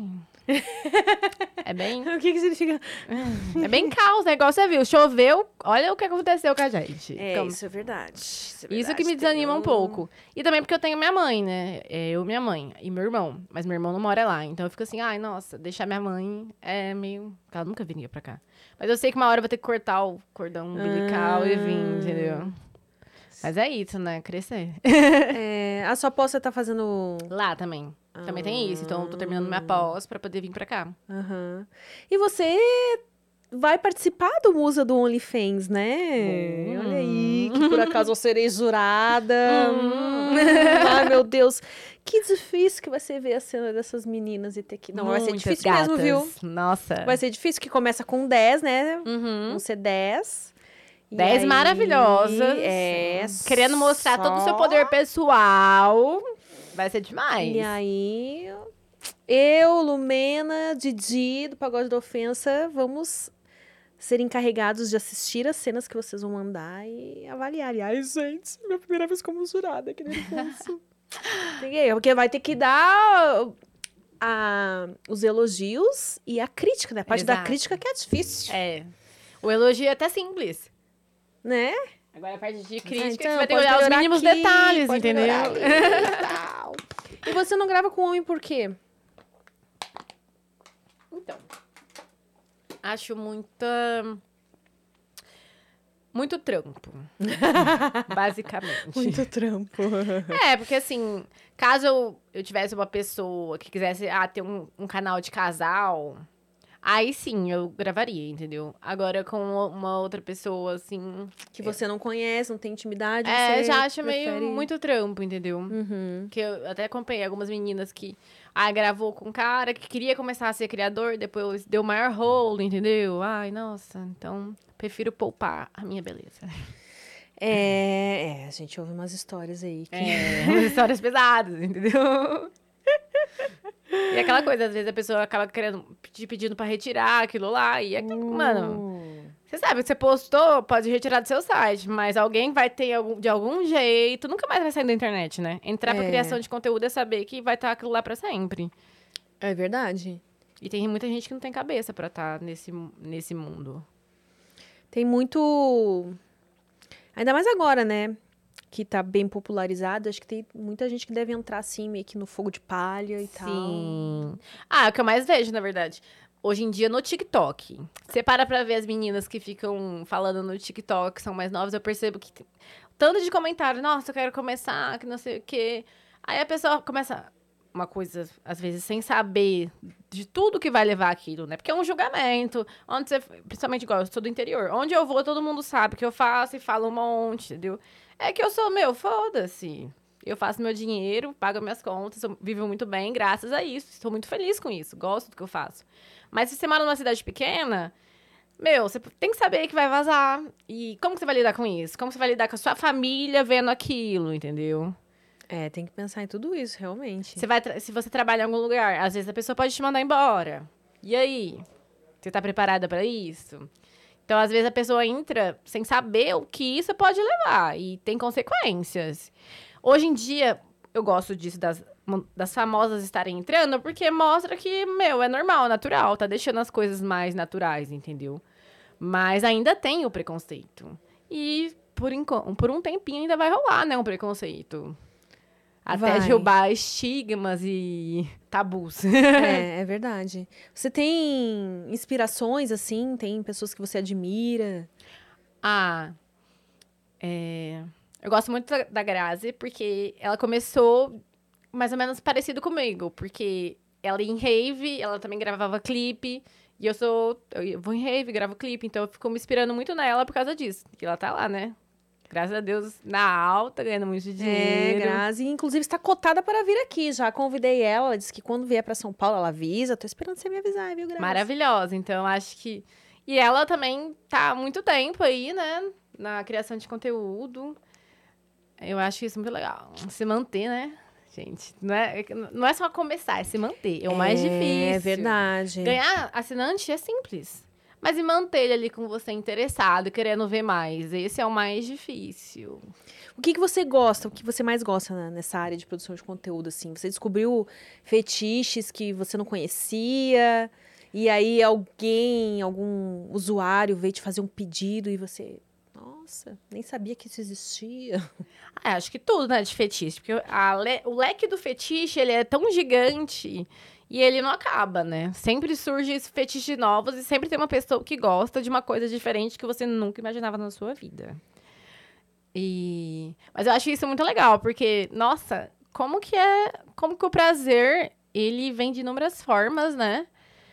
É bem... O que que significa? É bem caos, né? Igual você viu. Choveu, olha o que aconteceu com a gente. É, Então, isso é verdade. Isso, é isso verdade. que me desanima Tem um pouco. E também porque eu tenho minha mãe, né? É, eu, minha mãe e meu irmão. Mas meu irmão não mora lá. Então eu fico assim, ai, nossa, deixar minha mãe é meio... Ela nunca viria pra cá. Mas eu sei que uma hora eu vou ter que cortar o cordão umbilical e vir, Ah. entendeu? Mas é isso, né? Crescer. É, a sua pós você tá fazendo... Lá também. Também tem isso. Então eu tô terminando minha pós pra poder vir pra cá. Aham. E você vai participar do Musa do OnlyFans, né? Hum. Olha aí, que por acaso eu serei jurada. Hum. Hum. Ai, meu Deus. Que difícil que vai ser ver a cena dessas meninas e ter que... Não, vai ser Muitas difícil mesmo, gatas. viu? Nossa. Vai ser difícil, que começa com dez, né? Uhum. Vão ser dez. E Dez aí, maravilhosas. É. Querendo mostrar todo o seu só- poder pessoal. Vai ser demais. E aí, eu, Lumena, Didi, do Pagode da Ofensa, vamos serem encarregados de assistir as cenas que vocês vão mandar e avaliar. Ai, gente, minha primeira vez como jurada, que nervoso. Tem, porque vai ter que dar a, os elogios e a crítica, né? A parte Exato. da crítica que é difícil. É. O elogio é até simples. Né? Agora a parte de crítica, Ah, então, você vai ter que pode olhar os melhorar mínimos aqui, detalhes, pode entendeu? melhorar ali e tal. E você não grava com homem por quê? Então, acho muita... Muito trampo, basicamente. Muito trampo. É, porque assim, caso eu, eu tivesse uma pessoa que quisesse ah, ter um, um canal de casal, aí sim eu gravaria, entendeu? Agora com uma outra pessoa, assim... Que você não conhece, não tem intimidade, É, você já acho prefere... meio muito trampo, entendeu? Uhum. Que eu até acompanhei algumas meninas que ah, gravou com um cara que queria começar a ser criador, depois deu maior rolo, entendeu? Ai, nossa, então prefiro poupar a minha beleza. É, é, a gente ouve umas histórias aí. Que... É, umas histórias pesadas, entendeu? E aquela coisa, às vezes a pessoa acaba querendo, te pedindo pra retirar aquilo lá, e é, Uh. mano... Você sabe que você postou, pode retirar do seu site, mas alguém vai ter, algum, de algum jeito, nunca mais vai sair da internet, né? Entrar pra É. criação de conteúdo é saber que vai estar aquilo lá pra sempre. É verdade. E tem muita gente que não tem cabeça pra estar nesse, nesse mundo. Tem muito... Ainda mais agora, né? Que tá bem popularizado. Acho que tem muita gente que deve entrar, assim, meio que no fogo de palha e tal. Sim. Ah, é o que eu mais vejo, na verdade. Hoje em dia, no TikTok. Você para pra ver as meninas que ficam falando no TikTok, que são mais novas, eu percebo que tem tanto de comentário. Nossa, eu quero começar, que não sei o quê. Aí a pessoa começa uma coisa, às vezes, sem saber de tudo que vai levar aquilo, né? Porque é um julgamento. Onde você, principalmente igual, eu sou do interior. Onde eu vou, todo mundo sabe que eu faço e falo um monte, entendeu? É que eu sou, meu, foda-se. Eu faço meu dinheiro, pago minhas contas, eu vivo muito bem graças a isso. Estou muito feliz com isso, gosto do que eu faço. Mas se você mora numa cidade pequena, meu, você tem que saber que vai vazar. E como que você vai lidar com isso? Como você vai lidar com a sua família vendo aquilo, entendeu? É, tem que pensar em tudo isso, realmente. Você vai tra- se você trabalha em algum lugar, às vezes a pessoa pode te mandar embora. E aí? Você tá preparada pra isso? Então, às vezes a pessoa entra sem saber o que isso pode levar. E tem consequências. Hoje em dia, eu gosto disso das, das famosas estarem entrando, porque mostra que, meu, é normal, natural. Tá deixando as coisas mais naturais, entendeu? Mas ainda tem o preconceito. E por, enco- por um tempinho ainda vai rolar, né, um preconceito. Até Vai. derrubar estigmas e tabus. É, é verdade. Você tem inspirações, assim? Tem pessoas que você admira? Ah, é... eu gosto muito da, da Grazi, porque ela começou mais ou menos parecido comigo. Porque ela ia em rave, ela também gravava clipe. E eu sou... Eu vou em rave, gravo clipe. Então, eu fico me inspirando muito nela por causa disso. E ela tá lá, né? Graças a Deus, na alta, ganhando muito É, dinheiro. Grazi. Inclusive, está cotada para vir aqui. Já convidei ela. Ela disse que quando vier para São Paulo, ela avisa. Tô esperando você me avisar, viu, Grazi? Maravilhosa. Então, acho que... E ela também tá há muito tempo aí, né? Na criação de conteúdo. Eu acho isso muito legal. Se manter, né? Gente, não é, não é só começar, é se manter. É o mais difícil. É verdade. Ganhar assinante é simples. Mas e manter ele ali com você interessado, querendo ver mais. Esse é o mais difícil. O que, que você gosta? O que você mais gosta né, nessa área de produção de conteúdo, assim? Você descobriu fetiches que você não conhecia? E aí alguém, algum usuário veio te fazer um pedido e você... Nossa, nem sabia que isso existia. Ah, acho que tudo, né, de fetiche. Porque a le- o leque do fetiche, ele é tão gigante e ele não acaba, né? Sempre surge fetiches novos e sempre tem uma pessoa que gosta de uma coisa diferente que você nunca imaginava na sua vida. E... Mas eu acho isso muito legal, porque, nossa, como que é... Como que o prazer, ele vem de inúmeras formas, né?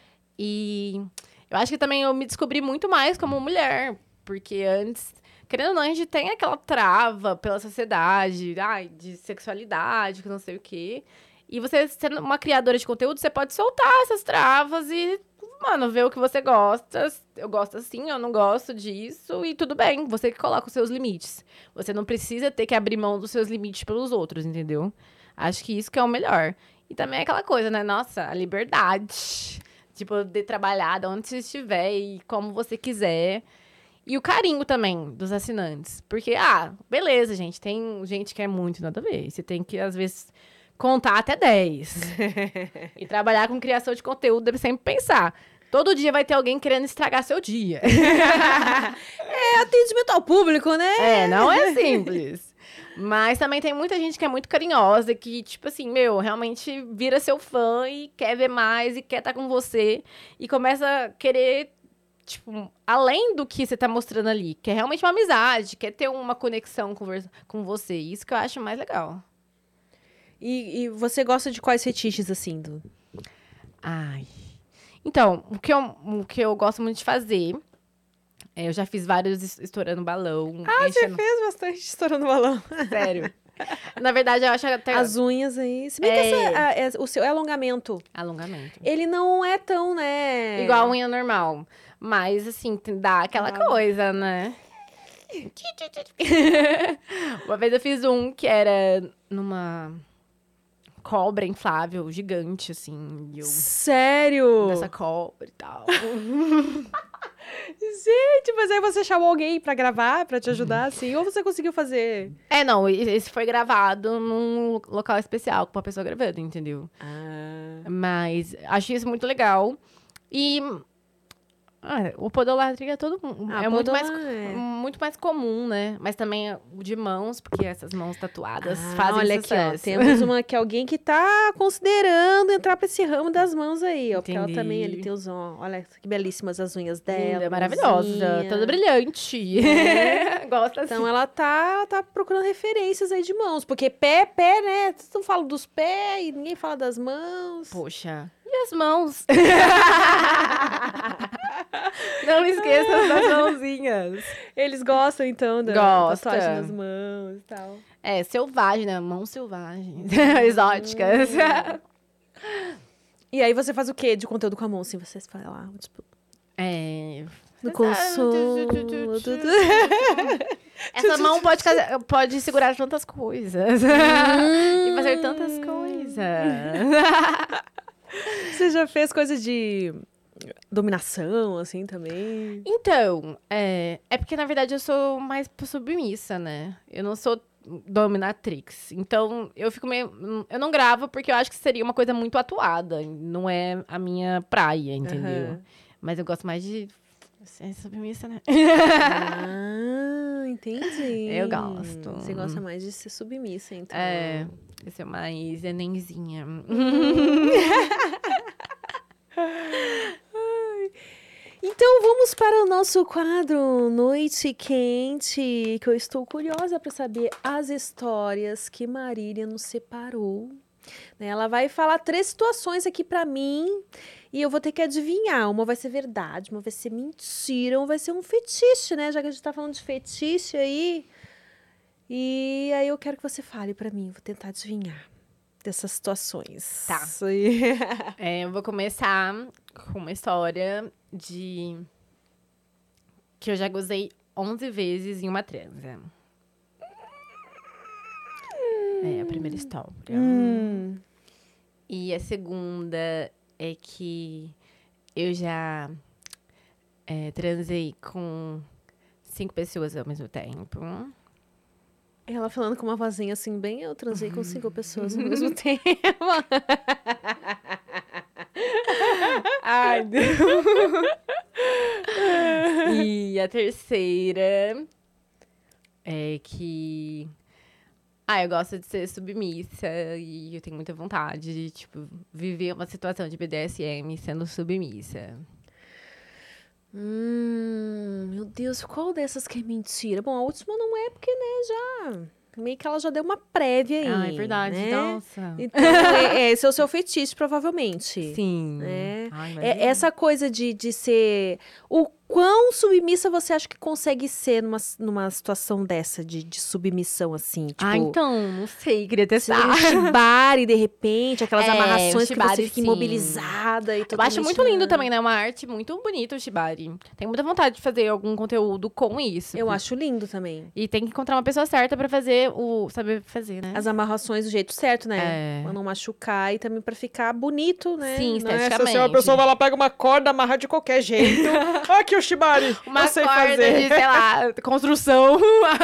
E eu acho que também eu me descobri muito mais como mulher, porque antes... Querendo ou não, a gente tem aquela trava pela sociedade, ai, de sexualidade, que não sei o quê. E você, sendo uma criadora de conteúdo, você pode soltar essas travas e, mano, ver o que você gosta. Eu gosto assim, eu não gosto disso, e tudo bem, você que coloca os seus limites. Você não precisa ter que abrir mão dos seus limites pelos outros, entendeu? Acho que isso que é o melhor. E também é aquela coisa, né? Nossa, a liberdade de poder trabalhar de onde você estiver e como você quiser. E o carinho também dos assinantes. Porque, ah, beleza, gente, tem gente que é muito nada a ver. Você tem que, às vezes, contar até dez. E trabalhar com criação de conteúdo deve sempre pensar. Todo dia vai ter alguém querendo estragar seu dia. É atendimento ao público, né? É, não é simples. Mas também tem muita gente que é muito carinhosa, que, tipo assim, meu, realmente vira seu fã e quer ver mais e quer estar com você. E começa a querer, tipo, além do que você tá mostrando ali, quer realmente uma amizade, quer ter uma conexão com, com você. Isso que eu acho mais legal. E, e você gosta de quais fetiches, assim? Do... Ai. Então, o que, eu, o que eu gosto muito de fazer... É, eu já fiz vários estourando balão. Ah, enchendo... você fez bastante estourando balão. Sério. Na verdade, eu acho até... As unhas aí. Se bem é... que essa, a, é, o seu é alongamento. Alongamento. Ele não é tão, né... Igual a unha normal. Mas, assim, dá aquela ah. coisa, né? Uma vez eu fiz um que era numa cobra inflável gigante, assim. Eu... Sério? Nessa cobra e tal. Gente, mas aí você chamou alguém pra gravar, pra te ajudar, assim? Ou você conseguiu fazer? É, não, esse foi gravado num local especial, com uma pessoa gravando, entendeu? Ah. Mas achei isso muito legal. E... Ah, o podolatria é todo ah, é, muito mais, é muito mais comum, né? Mas também o de mãos, porque essas mãos tatuadas ah, fazem olha sucesso. Aqui, ó, temos uma que alguém que tá considerando entrar pra esse ramo das mãos aí, ó. Porque ela também, ele tem os, ó, olha que belíssimas as unhas dela. É maravilhosa, toda brilhante. É. Gosta assim. Então ela tá, tá procurando referências aí de mãos, porque pé, pé, né? Vocês não falam dos pés e ninguém fala das mãos. Poxa, e as mãos? Não esqueça das mãozinhas. Eles gostam, então, da Gosta. tatuagem nas mãos e tal. É, selvagem, né? Mãos selvagens. Exóticas. E aí você faz o quê de conteúdo com a mão? Assim, você faz lá, tipo... É... No consolo... Essa mão pode, pode segurar tantas coisas. E fazer tantas coisas. Você já fez coisa de... dominação, assim, também? Então, é, é porque, na verdade, eu sou mais submissa, né? Eu não sou dominatrix. Então, eu fico meio... Eu não gravo porque eu acho que seria uma coisa muito atuada. Não é a minha praia, entendeu? Uhum. Mas eu gosto mais de ser submissa, né? Ah, entendi. Eu gosto. Você gosta mais de ser submissa, então. É, eu sou mais nenenzinha. Então vamos para o nosso quadro Noite Quente, que eu estou curiosa para saber as histórias que Marília nos separou. Ela vai falar três situações aqui para mim e eu vou ter que adivinhar. Uma vai ser verdade, uma vai ser mentira, uma vai ser um fetiche, né? Já que a gente tá falando de fetiche aí. E aí eu quero que você fale para mim, vou tentar adivinhar dessas situações. Tá. É, eu vou começar com uma história de que eu já gozei onze vezes em uma transa. É a primeira história. Hum. E a segunda é que eu já é, transei com cinco pessoas ao mesmo tempo. Ela falando com uma vozinha assim, bem, eu transei com cinco pessoas ao mesmo tempo. Ai, Deus. E a terceira é que... Ah, eu gosto de ser submissa e eu tenho muita vontade de, tipo, viver uma situação de B D S M sendo submissa. Hum, meu Deus, qual dessas que é mentira? Bom, a última não é porque, né, já... Meio que ela já deu uma prévia aí. Ah, é verdade, né? nossa. Então, é, esse é o seu fetiche, provavelmente. Sim. É, Ai, é essa coisa de, de ser... O quão submissa você acha que consegue ser numa, numa situação dessa, de, de submissão, assim? Tipo, Ah, então, não sei, queria você testar. vê um shibari, de repente, aquelas É, amarrações o que shibari, você fica sim. imobilizada e Eu acho totalmente muito lindo na- também, né? Uma arte muito bonita o shibari. Tenho muita vontade de fazer algum conteúdo com isso. Eu acho lindo também. E tem que encontrar uma pessoa certa pra fazer o... Saber fazer, né? As amarrações do jeito certo, né? É. Pra não machucar e também pra ficar bonito, né? Sim, Não é só esteticamente. assim, uma pessoa vai lá, pega uma corda, amarra de qualquer jeito. Aqui o shibari, Uma eu sei corda fazer. de, sei lá, construção.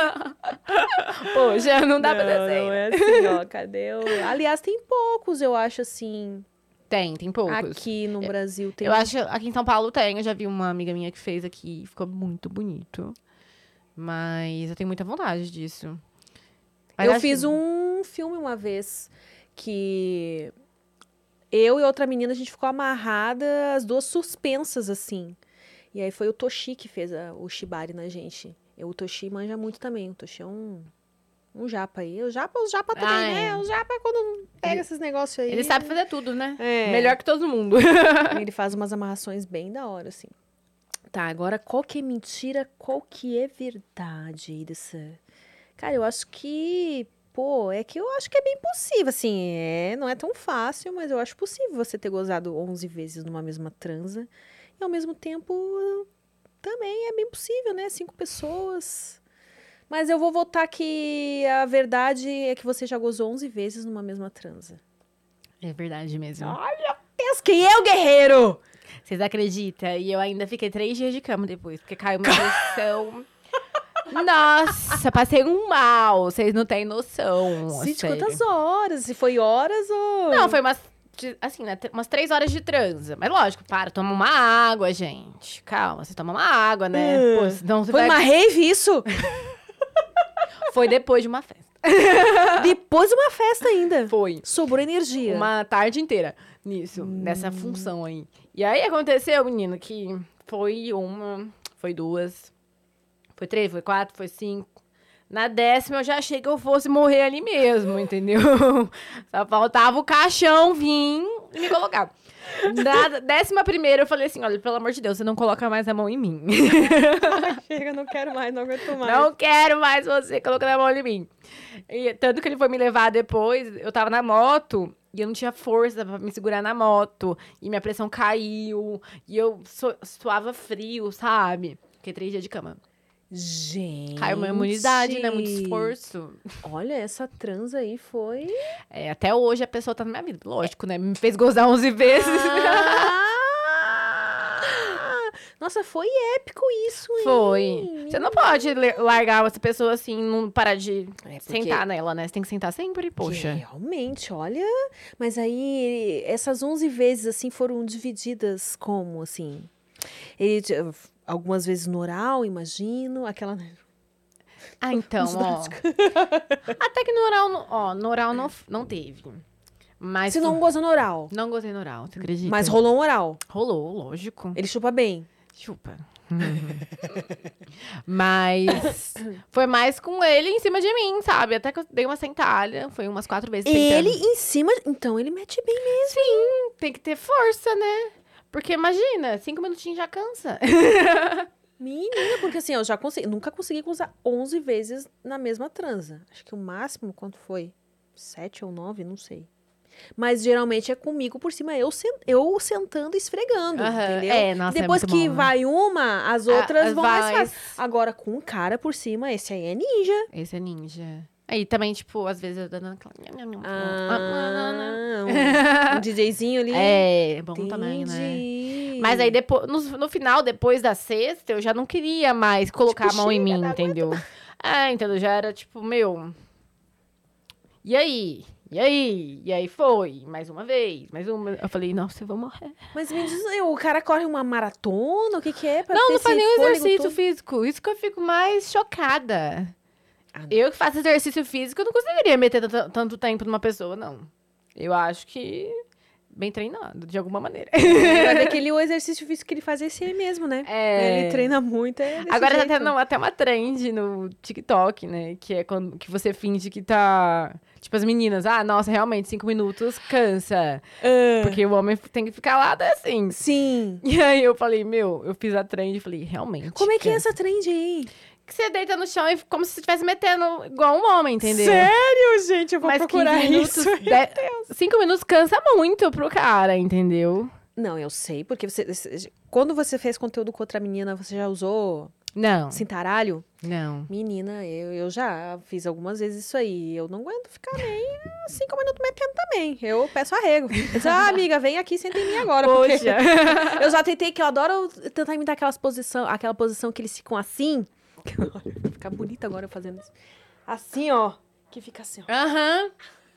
Poxa, não dá pra dar Não, certo. não é assim, ó, cadê o... Aliás, tem poucos, eu acho, assim, Tem, tem poucos. aqui no Brasil. Tem Eu acho que aqui em São Paulo tem. Eu já vi uma amiga minha que fez aqui. Ficou muito bonito. Mas eu tenho muita vontade disso. Mas Eu acho fiz que- um filme uma vez que eu e outra menina, a gente ficou amarrada, as duas suspensas, assim. E aí foi o Toshi que fez a- o shibari na gente. Eu, o Toshi manja muito também. O Toshi é um, um japa aí. O japa, os japa também, Ah, né? é. O japa, quando pega Ele- esses negócios aí... Ele sabe fazer tudo, né? É. Melhor que todo mundo. Ele faz umas amarrações bem da hora, assim. Tá, agora qual que é mentira, qual que é verdade aí dessa... Cara, eu acho que... Pô, é que eu acho que é bem possível, assim, é, não é tão fácil, mas eu acho possível você ter gozado onze vezes numa mesma transa. E ao mesmo tempo, também é bem possível, né? Cinco pessoas. Mas eu vou votar que a verdade é que você já gozou onze vezes numa mesma transa. É verdade mesmo. Olha, Deus, quem é o guerreiro? Vocês acreditam? E eu ainda fiquei três dias de cama depois, porque caiu uma pressão. Nossa, passei um mal. Vocês não têm noção. Gente, sério. quantas horas? Se foi horas ou... Não, foi umas, de- assim, né, umas três horas de transa. Mas lógico, para, toma uma água, gente. Calma, você toma uma água, né? Hum. Pô, senão você Foi vai... uma rave isso? Foi depois de uma festa. Depois de uma festa ainda. Foi. Sobrou energia. Uma tarde inteira nisso, nessa função aí. E aí aconteceu, menino, que foi uma, foi duas, foi três, foi quatro, foi cinco. Na décima eu já achei que eu fosse morrer ali mesmo, entendeu? Só faltava o caixão vir e me colocar. Na décima primeira eu falei assim, olha, pelo amor de Deus, você não coloca mais a mão em mim. Chega, não quero mais, não aguento mais. Não quero mais você colocando a mão em mim. E, tanto que ele foi me levar depois, eu tava na moto e eu não tinha força pra me segurar na moto. E minha pressão caiu. E eu su- suava frio, sabe? Fiquei três dias de cama. Gente. Caiu minha imunidade, né? Muito esforço. Olha, essa transa aí foi... É, até hoje a pessoa tá na minha vida. Lógico, né? Me fez gozar onze vezes. Ah! Nossa, foi épico isso, hein? Foi. Você não pode le- largar essa pessoa assim, não parar de É, porque- sentar nela, né? Você tem que sentar sempre, poxa. Realmente, olha. Mas aí, essas onze vezes, assim, foram divididas como, assim? Ele, eh, algumas vezes no oral, imagino. Aquela... Ah, então, ó. Até que no oral, não- ó, no oral não, não teve. Mas Se não goza no oral. não gostei no oral, você acredita? Mas rolou um oral. Rolou, lógico. Ele chupa bem. Chupa. Mas foi mais com ele em cima de mim, sabe? Até que eu dei uma sentada, foi umas quatro vezes Ele tentando. em cima... Então, ele mete bem mesmo. Sim, tem que ter força, né? Porque imagina, cinco minutinhos já cansa. Menina, porque assim, eu já consegui... Nunca consegui usar onze vezes na mesma transa. Acho que o máximo, quanto foi? Sete ou nove, não sei. Mas geralmente é comigo por cima, eu, sen- eu sentando e esfregando, Aham. entendeu? É, nossa, Depois é muito que bom, né? vai uma, as outras Ah, vão mais vai. fácil. Agora, com o cara por cima, esse aí é ninja. Esse é ninja. Aí também, tipo, às vezes eu dando aquela... Ah, um, um DJzinho ali. É, bom também, né? Entendi. Mas aí, depois, no, no final, depois da sexta, eu já não queria mais colocar Tipo, a mão em chega, mim, não entendeu? É, entendeu? Já era tipo, meu... E aí? E aí? E aí foi. Mais uma vez, mais uma. Eu falei, nossa, eu vou morrer. Mas me diz, aí, o cara corre uma maratona? O que que é? Pra Não, ter não faz esse nenhum fôlego exercício todo? físico. Isso que eu fico mais chocada. Ah, não. Eu que faço exercício físico, eu não conseguiria meter tanto, tanto tempo numa pessoa, não. Eu acho que bem treinado, de alguma maneira. É, daquele o exercício físico que ele faz esse aí mesmo, né? É. Ele treina muito, é desse Agora jeito. tá tendo até uma trend no TikTok, né? Que é quando que você finge que tá... Tipo, as meninas, ah, nossa, realmente, cinco minutos cansa. Ah, Porque o homem tem que ficar lá assim. sim. E aí eu falei, meu, eu fiz a trend e falei, realmente. Como é que é cansa. essa trend aí? Que você deita no chão e como se você estivesse metendo igual um homem, entendeu? Sério, gente? Eu vou Mas procurar quinze minutos, isso. de- cinco minutos cansa muito pro cara, entendeu? Não, eu sei, porque você, você- quando você fez conteúdo com outra menina, você já usou Não, cintaralho? não. Menina, eu, eu já fiz algumas vezes isso aí. Eu não aguento ficar nem cinco minutos metendo também. Eu peço arrego. Eu disse, ah, amiga, vem aqui, senta em mim agora. Porque Poxa. eu já tentei, que eu adoro tentar imitar aquelas posição, aquela posição que eles ficam assim. Olha, vai ficar bonita agora eu fazendo isso. Assim, ó. Que fica assim, ó. Aham.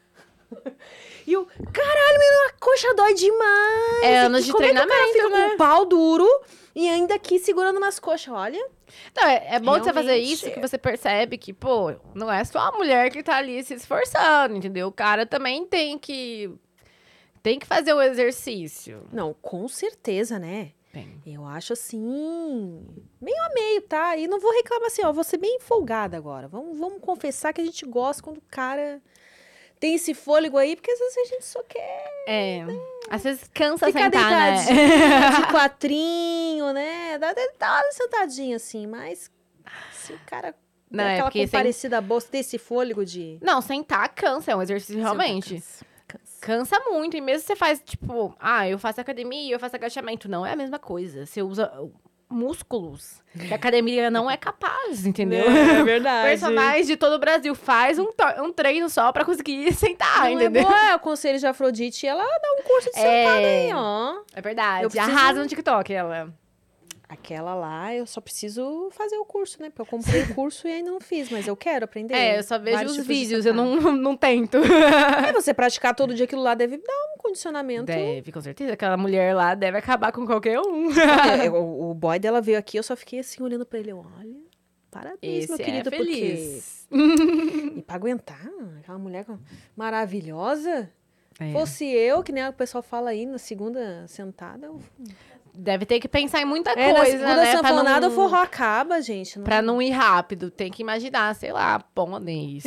E eu, caralho, menina, a coxa dói demais. É anos E de como é que o cara treinamento, fica né? com o pau duro e ainda aqui segurando nas coxas, olha. Não, é, é bom de você fazer Realmente. isso que você percebe que, pô, não é só a mulher que tá ali se esforçando, entendeu? O cara também tem que... Tem que fazer o exercício. Não, com certeza, né? Tem. Eu acho assim, meio a meio, tá? E não vou reclamar assim, ó, vou ser bem folgada agora. Vamos, vamos confessar que a gente gosta quando o cara tem esse fôlego aí, porque às vezes a gente só quer É. Às vezes cansa ficar sentar, né? deitadinho, de quatrinho, né? Dá, dá uma sentadinha assim, mas se o cara Não, tem é aquela porque sem- comparecida boa, ter esse fôlego de... Não, sentar cansa, é um exercício realmente. Cansa, cansa. Cansa muito. E mesmo se você faz, tipo, ah, eu faço academia, eu faço agachamento. Não é a mesma coisa. Você usa músculos que a academia não é capaz, entendeu? É verdade. Personagens de todo o Brasil faz um, to- um treino só pra conseguir sentar, Não é entendeu? boa, é o conselho de Afrodite, ela dá um curso de É. sentada aí, ó. É verdade. Eu preciso- Arrasa no TikTok, ela. Aquela lá, eu só preciso fazer o curso, né? Porque eu comprei o curso e ainda não fiz, mas eu quero aprender. É, eu só vejo vários os tipos de vídeos, eu sentada. não, não tento. É, você praticar todo dia aquilo lá deve dar um condicionamento. Deve, com certeza. Aquela mulher lá deve acabar com qualquer um. Olha, eu- o, o boy dela veio aqui, eu só fiquei assim, olhando pra ele. Olha, parabéns, Esse meu querido, é feliz. porque... E pra aguentar, aquela mulher com- maravilhosa. É. Fosse eu, que nem o pessoal fala aí, na segunda sentada, eu... Deve ter que pensar em muita É, na coisa, segunda né? Pra sanfonada não, o forró acaba, gente. Não... pra não ir rápido. Tem que imaginar, sei lá, pôneis,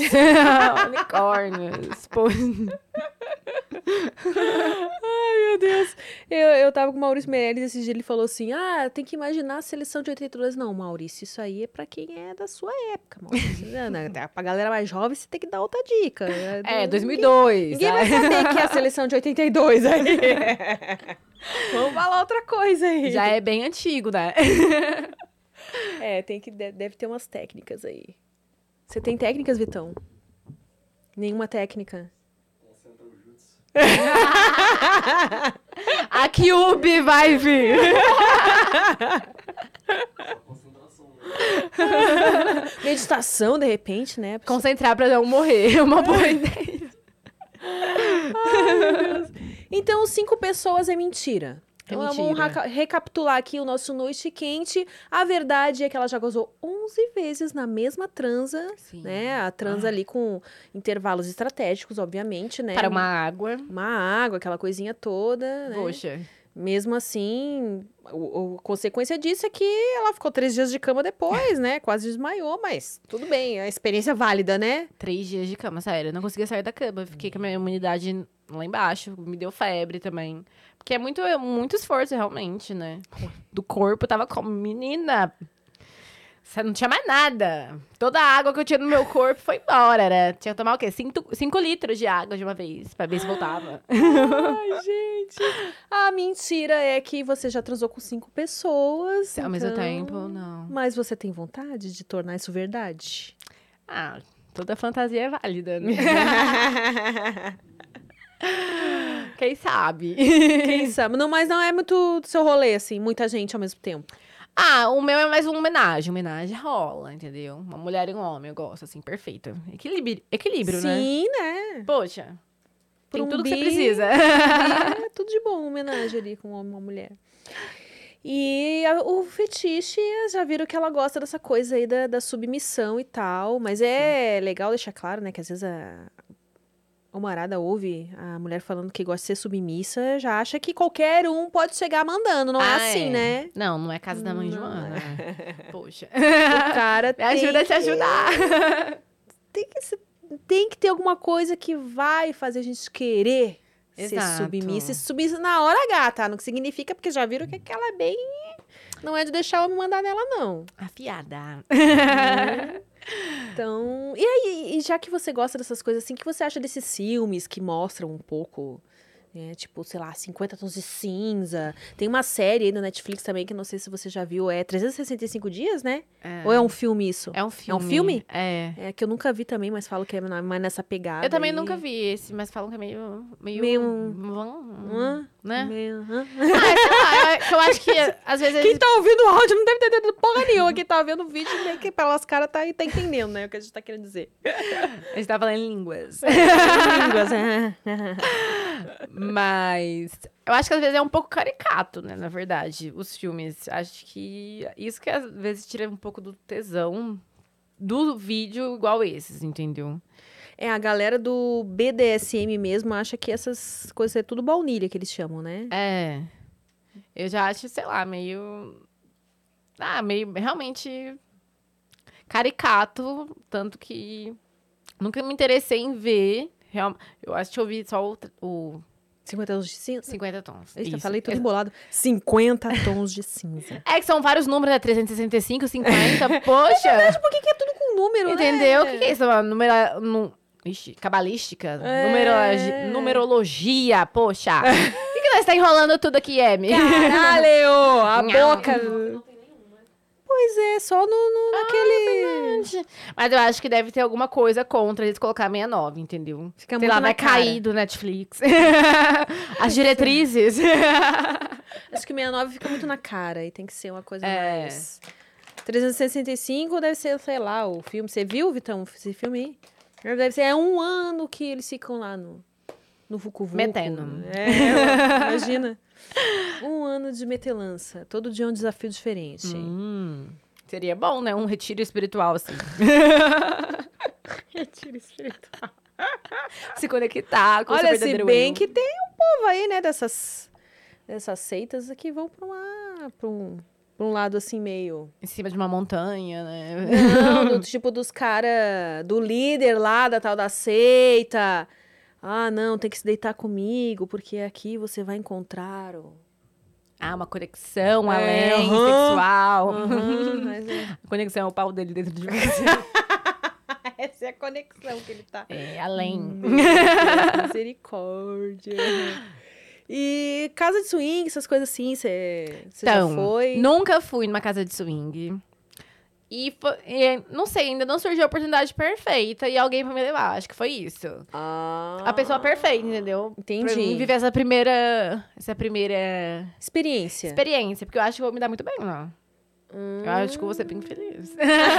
unicórnios. pô- Ai, meu Deus. Eu, eu tava com o Maurício Meirelles esse dia, ele falou assim, ah, tem que imaginar a seleção de oitenta e dois. Não, Maurício, isso aí é pra quem é da sua época, Maurício. Não, não, pra galera mais jovem, você tem que dar outra dica. É, dois mil e dois. Ninguém vai né? saber que é a seleção de oitenta e dois aí. Vamos falar outra coisa aí. Já é bem antigo, né? É, tem que, de- deve ter umas técnicas aí. Você tem técnicas, Vitão? Nenhuma técnica? A Cube vai vir. Meditação, de repente, né? Concentrar pra não morrer. É uma boa ideia. Então, cinco pessoas é mentira. É Então, mentira. vamos raca- recapitular aqui o nosso Noite Quente. A verdade é que ela já gozou onze vezes na mesma transa, Sim. né? A transa ali com intervalos estratégicos, obviamente, né? Para uma água. Uma água, aquela coisinha toda, né? Poxa. Mesmo assim, o, o- a consequência disso é que ela ficou três dias de cama depois, né? Quase desmaiou, mas tudo bem, é a experiência válida, né? Três dias de cama, sério. Eu não conseguia sair da cama. Fiquei com a minha imunidade lá embaixo. Me deu febre também. Porque é muito, é muito esforço, realmente, né? Do corpo tava como, menina. Você não tinha mais nada. Toda a água que eu tinha no meu corpo foi embora. Era, tinha que tomar o quê? Cinco, cinco litros de água de uma vez, pra ver se voltava. Ai, gente. A mentira é que você já transou com cinco pessoas. Ao mesmo então- tempo, não. Mas você tem vontade de tornar isso verdade? Ah, toda fantasia é válida, né? Quem sabe? Quem sabe? Não, mas não é muito do seu rolê, assim, muita gente ao mesmo tempo. Ah, o meu é mais uma homenagem. Homenagem rola, entendeu? Uma mulher e um homem, eu gosto, assim, perfeito. Equilíbrio, equilíbrio, né? Sim, né? Poxa, Por tem um tudo que você bi- precisa. É tudo de bom, homenagem ali com um homem e uma mulher. E a- o fetiche, já viram que ela gosta dessa coisa aí da, da submissão e tal. Mas é legal deixar claro, né? Que às vezes a, o Marada ouve a mulher falando que gosta de ser submissa, já acha que qualquer um pode chegar mandando. Não é Ah, assim, é. né? Não, não é casa da mãe Não Joana. Poxa. O cara Me tem ajuda a te que- ajudar. Tem que, se- tem que ter alguma coisa que vai fazer a gente querer ser Exato. submissa. E submissa na hora H, tá? Não que significa, porque já viram que aquela é bem... Não é de deixar o homem mandar nela, não. Afiada. Né? Então, e aí, e já que você gosta dessas coisas assim, o que você acha desses filmes que mostram um pouco, né, tipo, sei lá, cinquenta tons de cinza? Tem uma série aí no Netflix também, que não sei se você já viu, é trezentos e sessenta e cinco dias, né? É. Ou é um filme isso? É um filme. filme? É. É, que eu nunca vi também, mas falo que é na- mais nessa pegada. Eu também aí. nunca vi esse, mas falam que é meio... Meio... Meio- Hum, Hã? Né? Meio- hã? Ah, sei lá, eu, eu acho que às vezes... Quem tá ouvindo o áudio não deve ter entendido porra nenhuma. Quem tá vendo o vídeo, meio que pelas caras tá, tá entendendo, né? O que a gente tá querendo dizer. A gente tá falando em línguas. Línguas. Mas eu acho que às vezes é um pouco caricato, né? Na verdade, os filmes. Acho que isso que às vezes tira um pouco do tesão do vídeo igual esses, entendeu? É, a galera do B D S M mesmo acha que essas coisas é tudo baunilha que eles chamam, né? É. Eu já acho, sei lá, meio. Ah, meio realmente caricato. Tanto que nunca me interessei em ver. Real... Eu acho que eu vi só o, o cinquenta tons de cinza? cinquenta tons. Eita, Isso. falei tudo embolado. cinquenta tons de cinza. É que são vários números, né? trezentos e sessenta e cinco, cinquenta, poxa. Por que, que é tudo com número, Entendeu? O né? que, que é isso? Uma numera... Nu... Ixi, cabalística? É. Numerologi... Numerologia, poxa. Por que, que nós tá enrolando tudo aqui, Amy? Caralho! A Não. boca... Pois é, só no, no- naquele... Mas eu acho que deve ter alguma coisa contra eles colocar sessenta e nove, entendeu? Fica Sei muito lá, na vai cara. cair do Netflix. As diretrizes. Acho que sessenta e nove fica muito na cara e tem que ser uma coisa É. mais... trezentos e sessenta e cinco deve ser, sei lá, o filme. Você viu, Vitão, esse filme aí? Deve ser, é um ano que eles ficam lá no, no Vucu Vucu. Metendo. É, imagina. Um ano de metelança. Todo dia é um desafio diferente. Hum, seria bom, né? Um retiro espiritual, assim. Retiro espiritual. Se conectar com o seu Olha, se verdadeiro bem eu. que tem um povo aí, né, dessas, dessas seitas que vão pra, uma, pra, um, pra um lado assim meio... Em cima de uma montanha, né? Não, do tipo dos caras, do líder lá da tal da seita. Ah, não, tem que se deitar comigo, porque aqui você vai encontrar o... Ah, uma conexão É, além, aham. sexual. Aham, mas é. A conexão é o pau dele dentro de você. Essa é a conexão que ele tá. É, além. Meu Deus, misericórdia. E casa de swing, essas coisas assim, você Então, já foi? nunca fui numa casa de swing. E, fo- e, não sei, ainda não surgiu a oportunidade perfeita e alguém pra me levar. Acho que foi isso. Ah, A pessoa perfeita, entendeu? entendi. Pra mim viver essa primeira, essa primeira Experiência. experiência. Porque eu acho que eu vou me dar muito bem lá. Hum. Eu acho que eu vou ser bem feliz.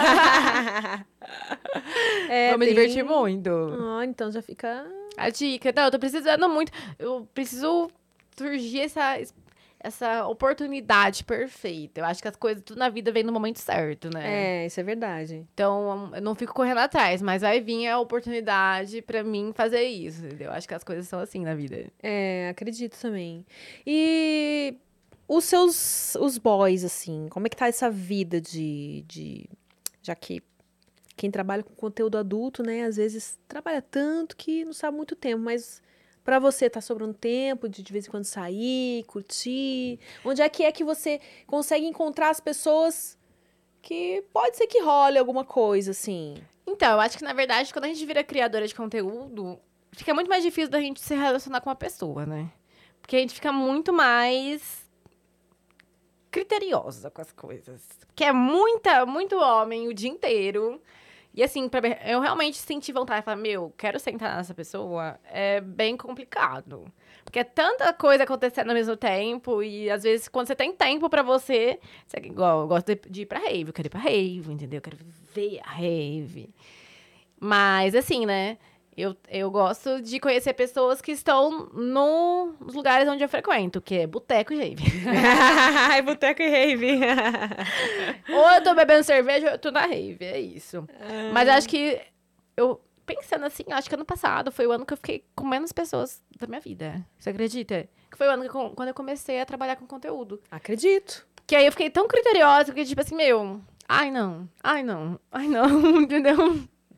É, vou me tem- divertir muito. Ah, então já fica... A dica, não, eu tô precisando muito. Eu preciso surgir essa, essa oportunidade perfeita. Eu acho que as coisas, tudo na vida vem no momento certo, né? É, isso é verdade. Então, eu não fico correndo atrás, mas vai vir a oportunidade pra mim fazer isso, entendeu? Eu acho que as coisas são assim na vida. É, acredito também. E os seus, os boys, assim, como é que tá essa vida de, de... Já que quem trabalha com conteúdo adulto, né, às vezes trabalha tanto que não sabe muito tempo, mas pra você tá sobrando tempo de de vez em quando sair, curtir? Onde é que é que você consegue encontrar as pessoas que pode ser que role alguma coisa, assim? Então, eu acho que, na verdade, quando a gente vira criadora de conteúdo, fica muito mais difícil da gente se relacionar com uma pessoa, né? Porque a gente fica muito mais criteriosa com as coisas. Porque é muita, muito homem o dia inteiro. E assim, pra mim, eu realmente senti vontade de falar, meu, quero sentar nessa pessoa, é bem complicado. Porque é tanta coisa acontecendo ao mesmo tempo, e às vezes, quando você tem tempo pra você, você igual, eu gosto de, de ir pra rave, eu quero ir pra rave, entendeu? Eu quero viver a rave. Mas, assim, né, eu, eu gosto de conhecer pessoas que estão no, nos lugares onde eu frequento, que é boteco e rave. Ai, boteco e rave. Ou eu tô bebendo cerveja ou eu tô na rave, é isso. Mas eu acho que eu pensando assim, acho que ano passado foi o ano que eu fiquei com menos pessoas da minha vida. Você acredita? Que foi o ano que, eu- quando eu comecei a trabalhar com conteúdo. Acredito. Que aí eu fiquei tão criteriosa, que tipo assim, meu... Ai, não. Ai, não. Ai, não. Entendeu?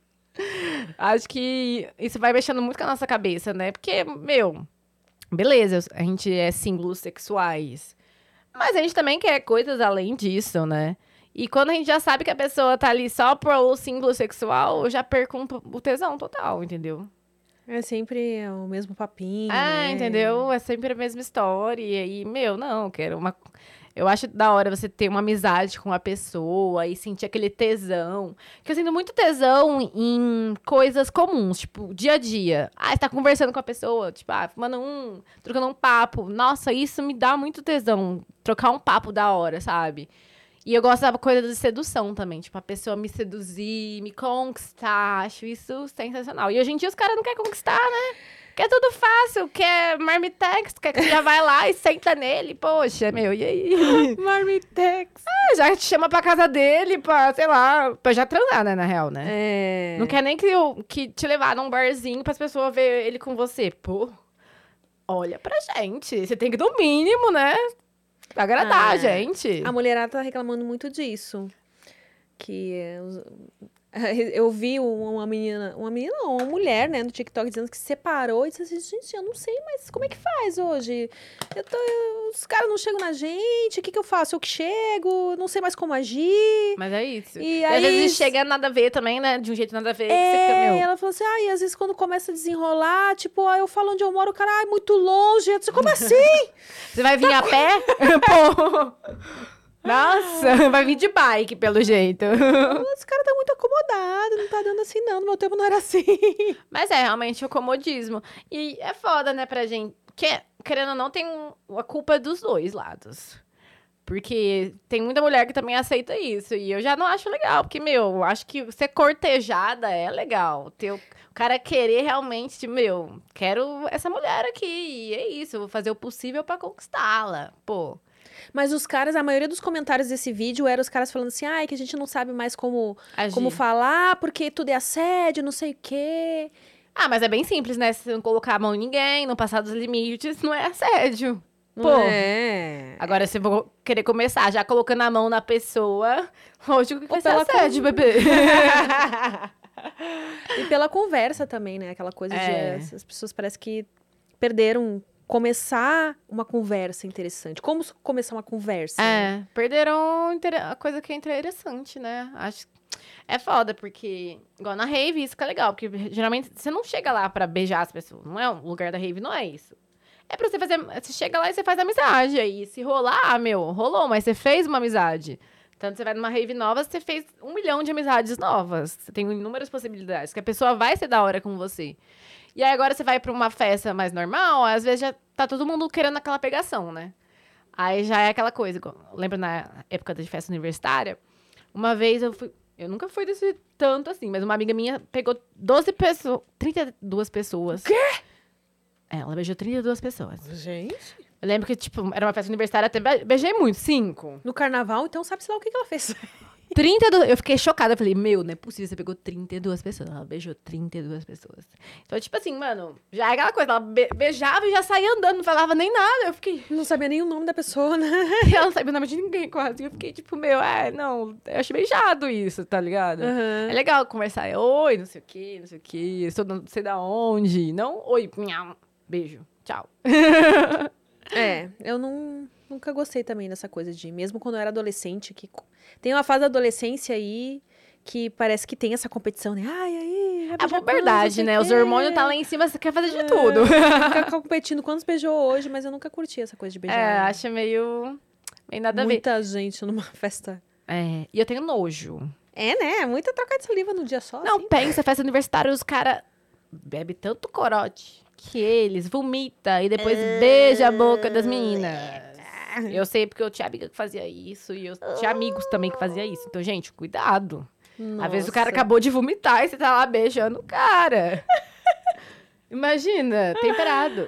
Acho que isso vai mexendo muito com a nossa cabeça, né? Porque, meu... Beleza, a gente é símbolos sexuais. Mas a gente também quer coisas além disso, né? E quando a gente já sabe que a pessoa tá ali só pro símbolo sexual, eu já perco um- o tesão total, entendeu? É sempre o mesmo papinho, É, né? entendeu? É sempre a mesma história. E aí, meu, não, eu quero uma. Eu acho da hora você ter uma amizade com a pessoa e sentir aquele tesão. Porque eu sinto muito tesão em coisas comuns, tipo, dia a dia. Ah, você tá conversando com a pessoa, tipo, ah, fumando um, trocando um papo. Nossa, isso me dá muito tesão. Trocar um papo da hora, sabe? E eu gosto da coisa de sedução também. Tipo, a pessoa me seduzir, me conquistar. Acho isso sensacional. E hoje em dia os caras não querem conquistar, né? Quer tudo fácil, quer marmitex, quer que você já vai lá e senta nele. Poxa, meu, e aí? Marmitex. Ah, já te chama pra casa dele pra, sei lá, pra já transar, né, na real, né? É. Não quer nem que, eu, que te levar num barzinho pras pessoas ver ele com você. Pô, olha pra gente. Você tem que, no mínimo, né, agradar Ah, a gente. A mulherada tá reclamando muito disso. Que eh, os- eu vi uma menina, uma menina não, uma mulher, né, no TikTok dizendo que se separou e disse assim, gente, eu não sei mais como é que faz hoje. Eu tô, eu- os caras não chegam na gente, o que que eu faço? Eu que chego, não sei mais como agir. Mas é isso. E E às aí- vezes chega nada a ver também, né? De um jeito nada a ver. Que você fica, É, meu... ela falou assim, ah, e às vezes quando começa a desenrolar, tipo, ah, eu falo onde eu moro, o cara, ai, muito longe. Eu disse, como assim? Você vai vir a pé? Pô... Nossa, vai vir de bike, pelo jeito. Esse cara tá muito acomodado, não tá dando assim não, no meu tempo não era assim. Mas é realmente o comodismo. E é foda, né, pra gente. Que, querendo ou não, tem um- a culpa dos dois lados. Porque tem muita mulher que também aceita isso. E eu já não acho legal. Porque, meu, eu acho que ser cortejada é legal. Ter o, o cara querer realmente, tipo, meu, quero essa mulher aqui. E é isso, eu vou fazer o possível pra conquistá-la. Pô. Mas os caras, a maioria dos comentários desse vídeo eram os caras falando assim, ai, que a gente não sabe mais como, Agir. como falar, porque tudo é assédio, não sei o quê. Ah, mas é bem simples, né? Se você não colocar a mão em ninguém, não passar dos limites, não é assédio. Não Pô. é. Agora, se eu vou querer começar já colocando a mão na pessoa, lógico que vai Ou ser pela assédio, con- bebê. E pela conversa também, né? Aquela coisa É. de... As pessoas parecem que perderam começar uma conversa interessante. Como começar uma conversa? né? É, perderam inter- a coisa que é interessante, né? Acho é foda, porque, igual na rave, isso que é legal, porque geralmente você não chega lá pra beijar as pessoas, não é o lugar da rave, não é isso. É pra você fazer, você chega lá e você faz amizade, aí se rolar, ah, meu, rolou, mas você fez uma amizade. Tanto você vai numa rave nova, você fez um milhão de amizades novas, você tem inúmeras possibilidades, que a pessoa vai ser da hora com você. E aí agora você vai pra uma festa mais normal, às vezes já tá todo mundo querendo aquela pegação, né? Aí já é aquela coisa, igual- lembra na época de festa universitária? Uma vez eu fui, eu nunca fui desse tanto assim, mas uma amiga minha pegou doze pessoas, trinta e duas pessoas. O quê? É, ela beijou trinta e duas pessoas. Gente. Eu lembro que, tipo, era uma festa universitária, até be- beijei muito, cinco. No carnaval, então sabe-se lá o que, que ela fez. trinta e duas, eu fiquei chocada, eu falei, meu, não é possível, você pegou trinta e duas pessoas. Ela beijou trinta e duas pessoas. Então, tipo assim, mano, já é aquela coisa, ela be- beijava e já saía andando, não falava nem nada. Eu fiquei, Não sabia nem o nome da pessoa, né? ela não sabia o nome de ninguém quase. Eu fiquei, tipo, meu, é, não, eu achei meio chato isso, tá ligado? Uhum. É legal conversar, é, oi, não sei o quê, não sei o quê, sou não sei da onde. Não, oi, minham, beijo, tchau. É, eu não, nunca gostei também dessa coisa de, mesmo quando eu era adolescente, que co- tem uma fase da adolescência aí que parece que tem essa competição, né? Ai, aí, vai É beijar verdade, quantos, não né? sei Os o quê. hormônios tá lá em cima, você quer fazer de tudo. Fica competindo quantos beijou hoje, mas eu nunca curti essa coisa de beijar. É, acho meio, meio nada a ver. Muita gente numa festa. É, e eu tenho nojo. É, né? Muita troca de saliva num dia só, Não, assim. pensa, festa universitária, os caras bebem tanto corote que eles vomita e depois beija a boca das meninas. Eu sei porque eu tinha amiga que fazia isso e eu tinha amigos também que fazia isso. Então, gente, cuidado. Às vezes o cara Nossa. acabou de vomitar e você tá lá beijando o cara. Imagina, temperado.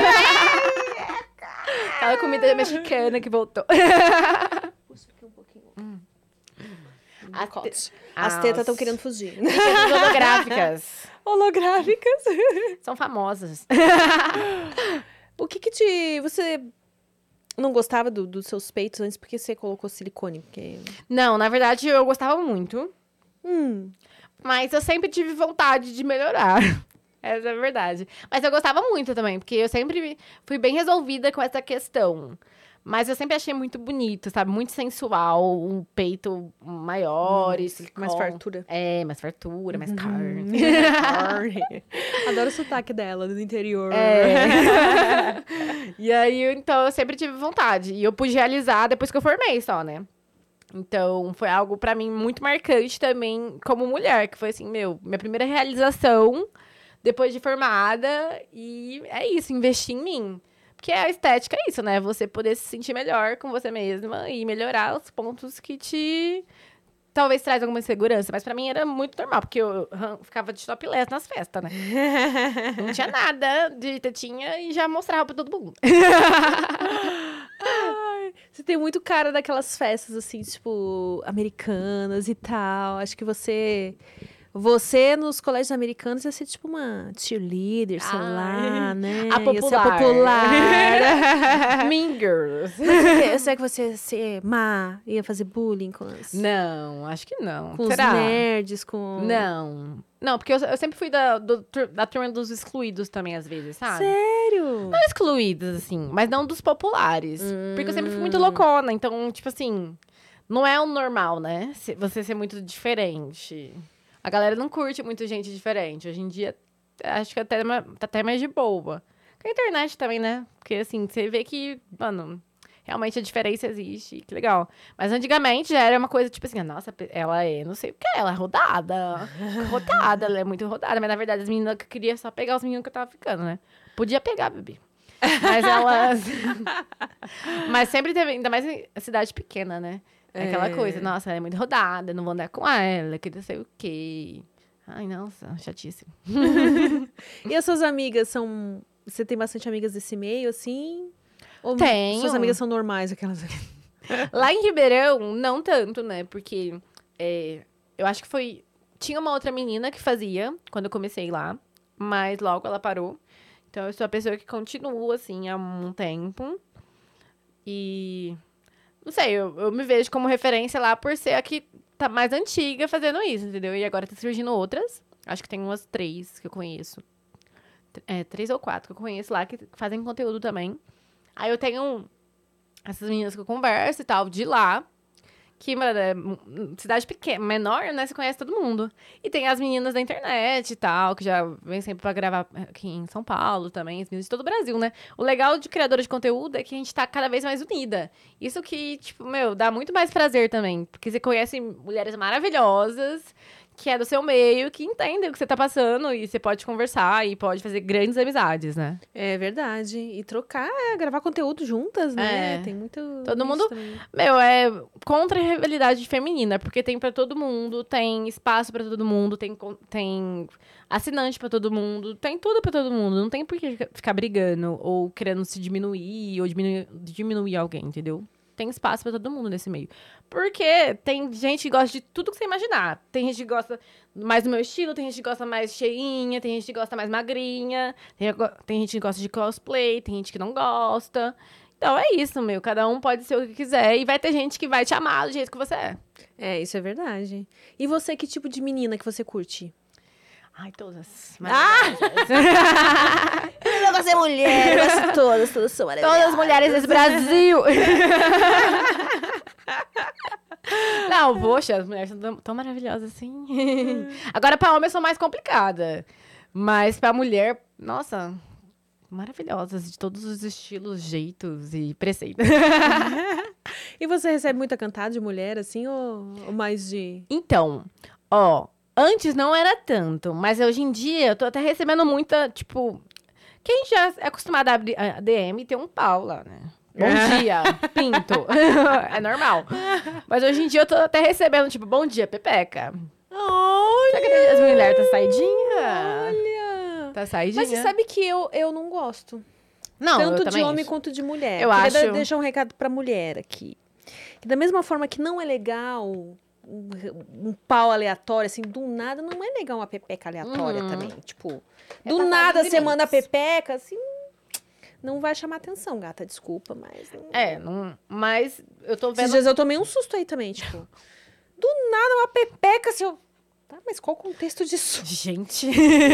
Aquela comida mexicana que voltou. Puxa aqui um pouquinho. As, Decote. te... As tetas estão querendo fugir. Tetas holográficas. Holográficas. São famosas. O que que te... Você não gostava do- dos seus peitos antes porque você colocou silicone? Porque... Não, na verdade, eu gostava muito. Hum, Mas eu sempre tive vontade de melhorar. Essa é a verdade. Mas eu gostava muito também, porque eu sempre fui bem resolvida com essa questão. Mas eu sempre achei muito bonito, sabe? Muito sensual, um peito maior e silicone. mais fartura. É, mais fartura, mais carne. Carne. Adoro o sotaque dela, do interior. É. E aí, então, eu sempre tive vontade. E eu pude realizar depois que eu formei só, né? Então, foi algo pra mim muito marcante também como mulher. Que foi assim, meu, minha primeira realização depois de formada. E é isso, investir em mim. Porque a estética é isso, né? Você poder se sentir melhor com você mesma e melhorar os pontos que te... Talvez traz alguma insegurança. Mas pra mim era muito normal, porque eu hum, ficava de topless nas festas, né? Não tinha nada de tetinha e já mostrava pra todo mundo. Ai, você tem muito cara daquelas festas, assim, tipo, americanas e tal. Acho que você... Você, nos colégios americanos, ia ser tipo uma cheerleader, sei Ai, lá, né? a Ia ser a popular. popular. Mean Girls. Mas será que você ia ser má? Ia fazer bullying com as... Não, acho que não. Com Será? os nerds, com... Não. Não, porque eu, eu sempre fui da, do, da turma dos excluídos também, às vezes, sabe? Sério? Não excluídos, assim, mas não dos populares. Hum. Porque eu sempre fui muito loucona, então, tipo assim, não é o normal, né? Se- Você ser muito diferente. A galera não curte muito gente diferente. Hoje em dia, acho que até, ma- tá até mais de boa. Com a internet também, né? Porque, assim, você vê que, mano, realmente a diferença existe. Que legal. Mas antigamente já era uma coisa, tipo assim, nossa, ela é não sei o que, ela é rodada. Rodada, ela é muito rodada. Mas, na verdade, as meninas que queriam só pegar os meninos que eu tava ficando, né? Podia pegar, bebê. Mas elas... Mas sempre teve, ainda mais em cidade pequena, né? É aquela É. coisa, nossa, ela é muito rodada, não vou andar com ela, que não sei o quê. Ai, nossa, chatíssimo. E as suas amigas são... Você tem bastante amigas desse meio, assim? Ou Tenho. suas amigas são normais, aquelas... Lá em Ribeirão, não tanto, né? Porque é, eu acho que foi... Tinha uma outra menina que fazia, quando eu comecei lá, mas logo ela parou. Então, eu sou a pessoa que continua, assim, há um tempo. E... Não sei, eu, eu me vejo como referência lá por ser a que tá mais antiga fazendo isso, entendeu? E agora tá surgindo outras. Acho que tem umas três que eu conheço. T- É, três ou quatro que eu conheço lá que fazem conteúdo também. Aí eu tenho essas meninas que eu converso e tal, de lá. Que, mano, é m- cidade pequena, menor, né? Você conhece todo mundo. E tem as meninas da internet e tal, que já vem sempre pra gravar aqui em São Paulo também, as meninas de todo o Brasil, né? O legal de criadora de conteúdo é que a gente tá cada vez mais unida. Isso que, tipo, meu, dá muito mais prazer também. Porque você conhece mulheres maravilhosas, que é do seu meio, que entendem o que você tá passando, e você pode conversar e pode fazer grandes amizades, né? É verdade. E trocar, é, gravar conteúdo juntas, né? É. Tem muito... Todo isso mundo- também. Meu, é contra a rivalidade feminina, porque tem pra todo mundo, tem espaço pra todo mundo, tem, con- tem assinante pra todo mundo, tem tudo pra todo mundo. Não tem por que fica- ficar brigando ou querendo se diminuir ou diminuir, diminuir alguém, entendeu? Tem espaço pra todo mundo nesse meio. Porque tem gente que gosta de tudo que você imaginar. Tem gente que gosta mais do meu estilo, tem gente que gosta mais cheinha, tem gente que gosta mais magrinha, tem, tem gente que gosta de cosplay, tem gente que não gosta. Então é isso, meu. Cada um pode ser o que quiser e vai ter gente que vai te amar do jeito que você é. É, isso é verdade. E você, que tipo de menina que você curte? Ai, todas. Ah! Eu gosto de mulher, eu gosto de todas, todas são maravilhosas. Todas as mulheres desse Brasil. Não, poxa, as mulheres são tão, tão maravilhosas assim. Agora, pra homem, eu sou mais complicada. Mas pra mulher, nossa, maravilhosas, de todos os estilos, jeitos e preceitos. E você recebe muita cantada de mulher, assim, ou, ou mais de... Então, ó, antes não era tanto, mas hoje em dia eu tô até recebendo muita, tipo... Quem já é acostumado a abrir a D M tem um pau lá, né? Bom dia, pinto. É normal. Mas hoje em dia eu tô até recebendo, tipo, bom dia, Pepeca. Olha! Será que as mulheres tá saidinha? Olha! Tá saidinha? Mas você sabe que eu, eu não gosto. Não, eu Tanto de também homem acho. quanto de mulher. Eu Queria acho- dar- deixar um recado pra mulher aqui. Que da mesma forma que não é legal um, um pau aleatório, assim, do nada, não é legal uma pepeca aleatória Uhum. também. Tipo, É do passar nada dos você limites. manda a pepeca, assim, não vai chamar atenção, gata, desculpa, mas... Não... É, não, mas eu tô Esses vendo... dias eu tomei um susto aí também, tipo, do nada uma pepeca, assim, eu... Tá, mas qual o contexto disso? Gente...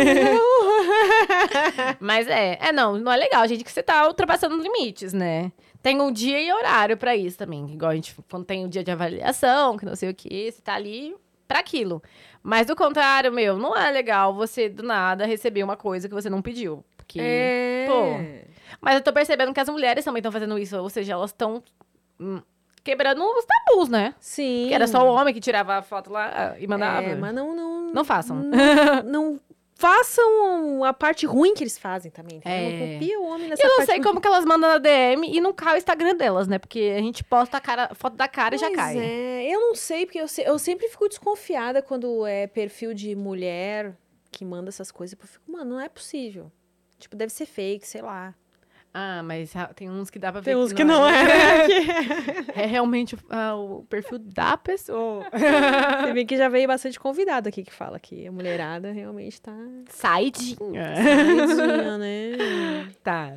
Mas é, é não, não é legal, gente, que você tá ultrapassando os limites, né? Tem um dia e horário pra isso também, igual a gente, quando tem o dia de avaliação, que não sei o que, você tá ali pra aquilo. Mas do contrário, meu, não é legal você, do nada, receber uma coisa que você não pediu. Porque, É... pô... Mas eu tô percebendo que as mulheres também estão fazendo isso, ou seja, elas estão hum, quebrando os tabus, né? Sim. Que era só o homem que tirava a foto lá e mandava. É, mas não... Não, Não façam. Não, não façam a parte ruim que eles fazem também, entendeu? É. Não copia o homem nessa E eu não parte sei ruim. como que elas mandam na D M e não cai o Instagram delas, né? Porque a gente posta a cara, foto da cara e já Pois cai. é, eu não sei, porque eu, se- eu sempre fico desconfiada quando é perfil de mulher que manda essas coisas. Eu fico, mano, não é possível. Tipo, deve ser fake, sei lá. Ah, mas ah, tem uns que dá pra ver Tem uns que não é, né? É realmente o, ah, o perfil da pessoa. Você vê que já veio bastante convidado aqui que fala que a mulherada realmente tá Saidinha. saidinha, né? Tá.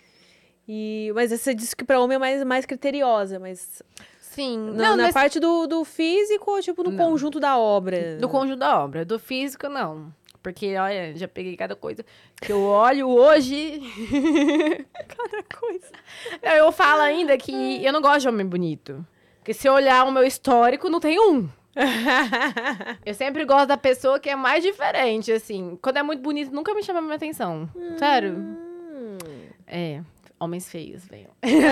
E, mas você disse que pra homem é mais, mais criteriosa, mas Sim. na, não, na nesse- parte do, do físico ou tipo no Não. conjunto da obra? do conjunto da obra. Do físico, não. Porque, olha, já peguei cada coisa que eu olho hoje. Cada coisa. Não, eu falo ainda que eu não gosto de homem bonito. Porque se eu olhar o meu histórico, não tem um. Eu sempre gosto da pessoa que é mais diferente, assim. Quando é muito bonito, nunca me chama a minha atenção. Sério. Hum. É. Homens feios, venham.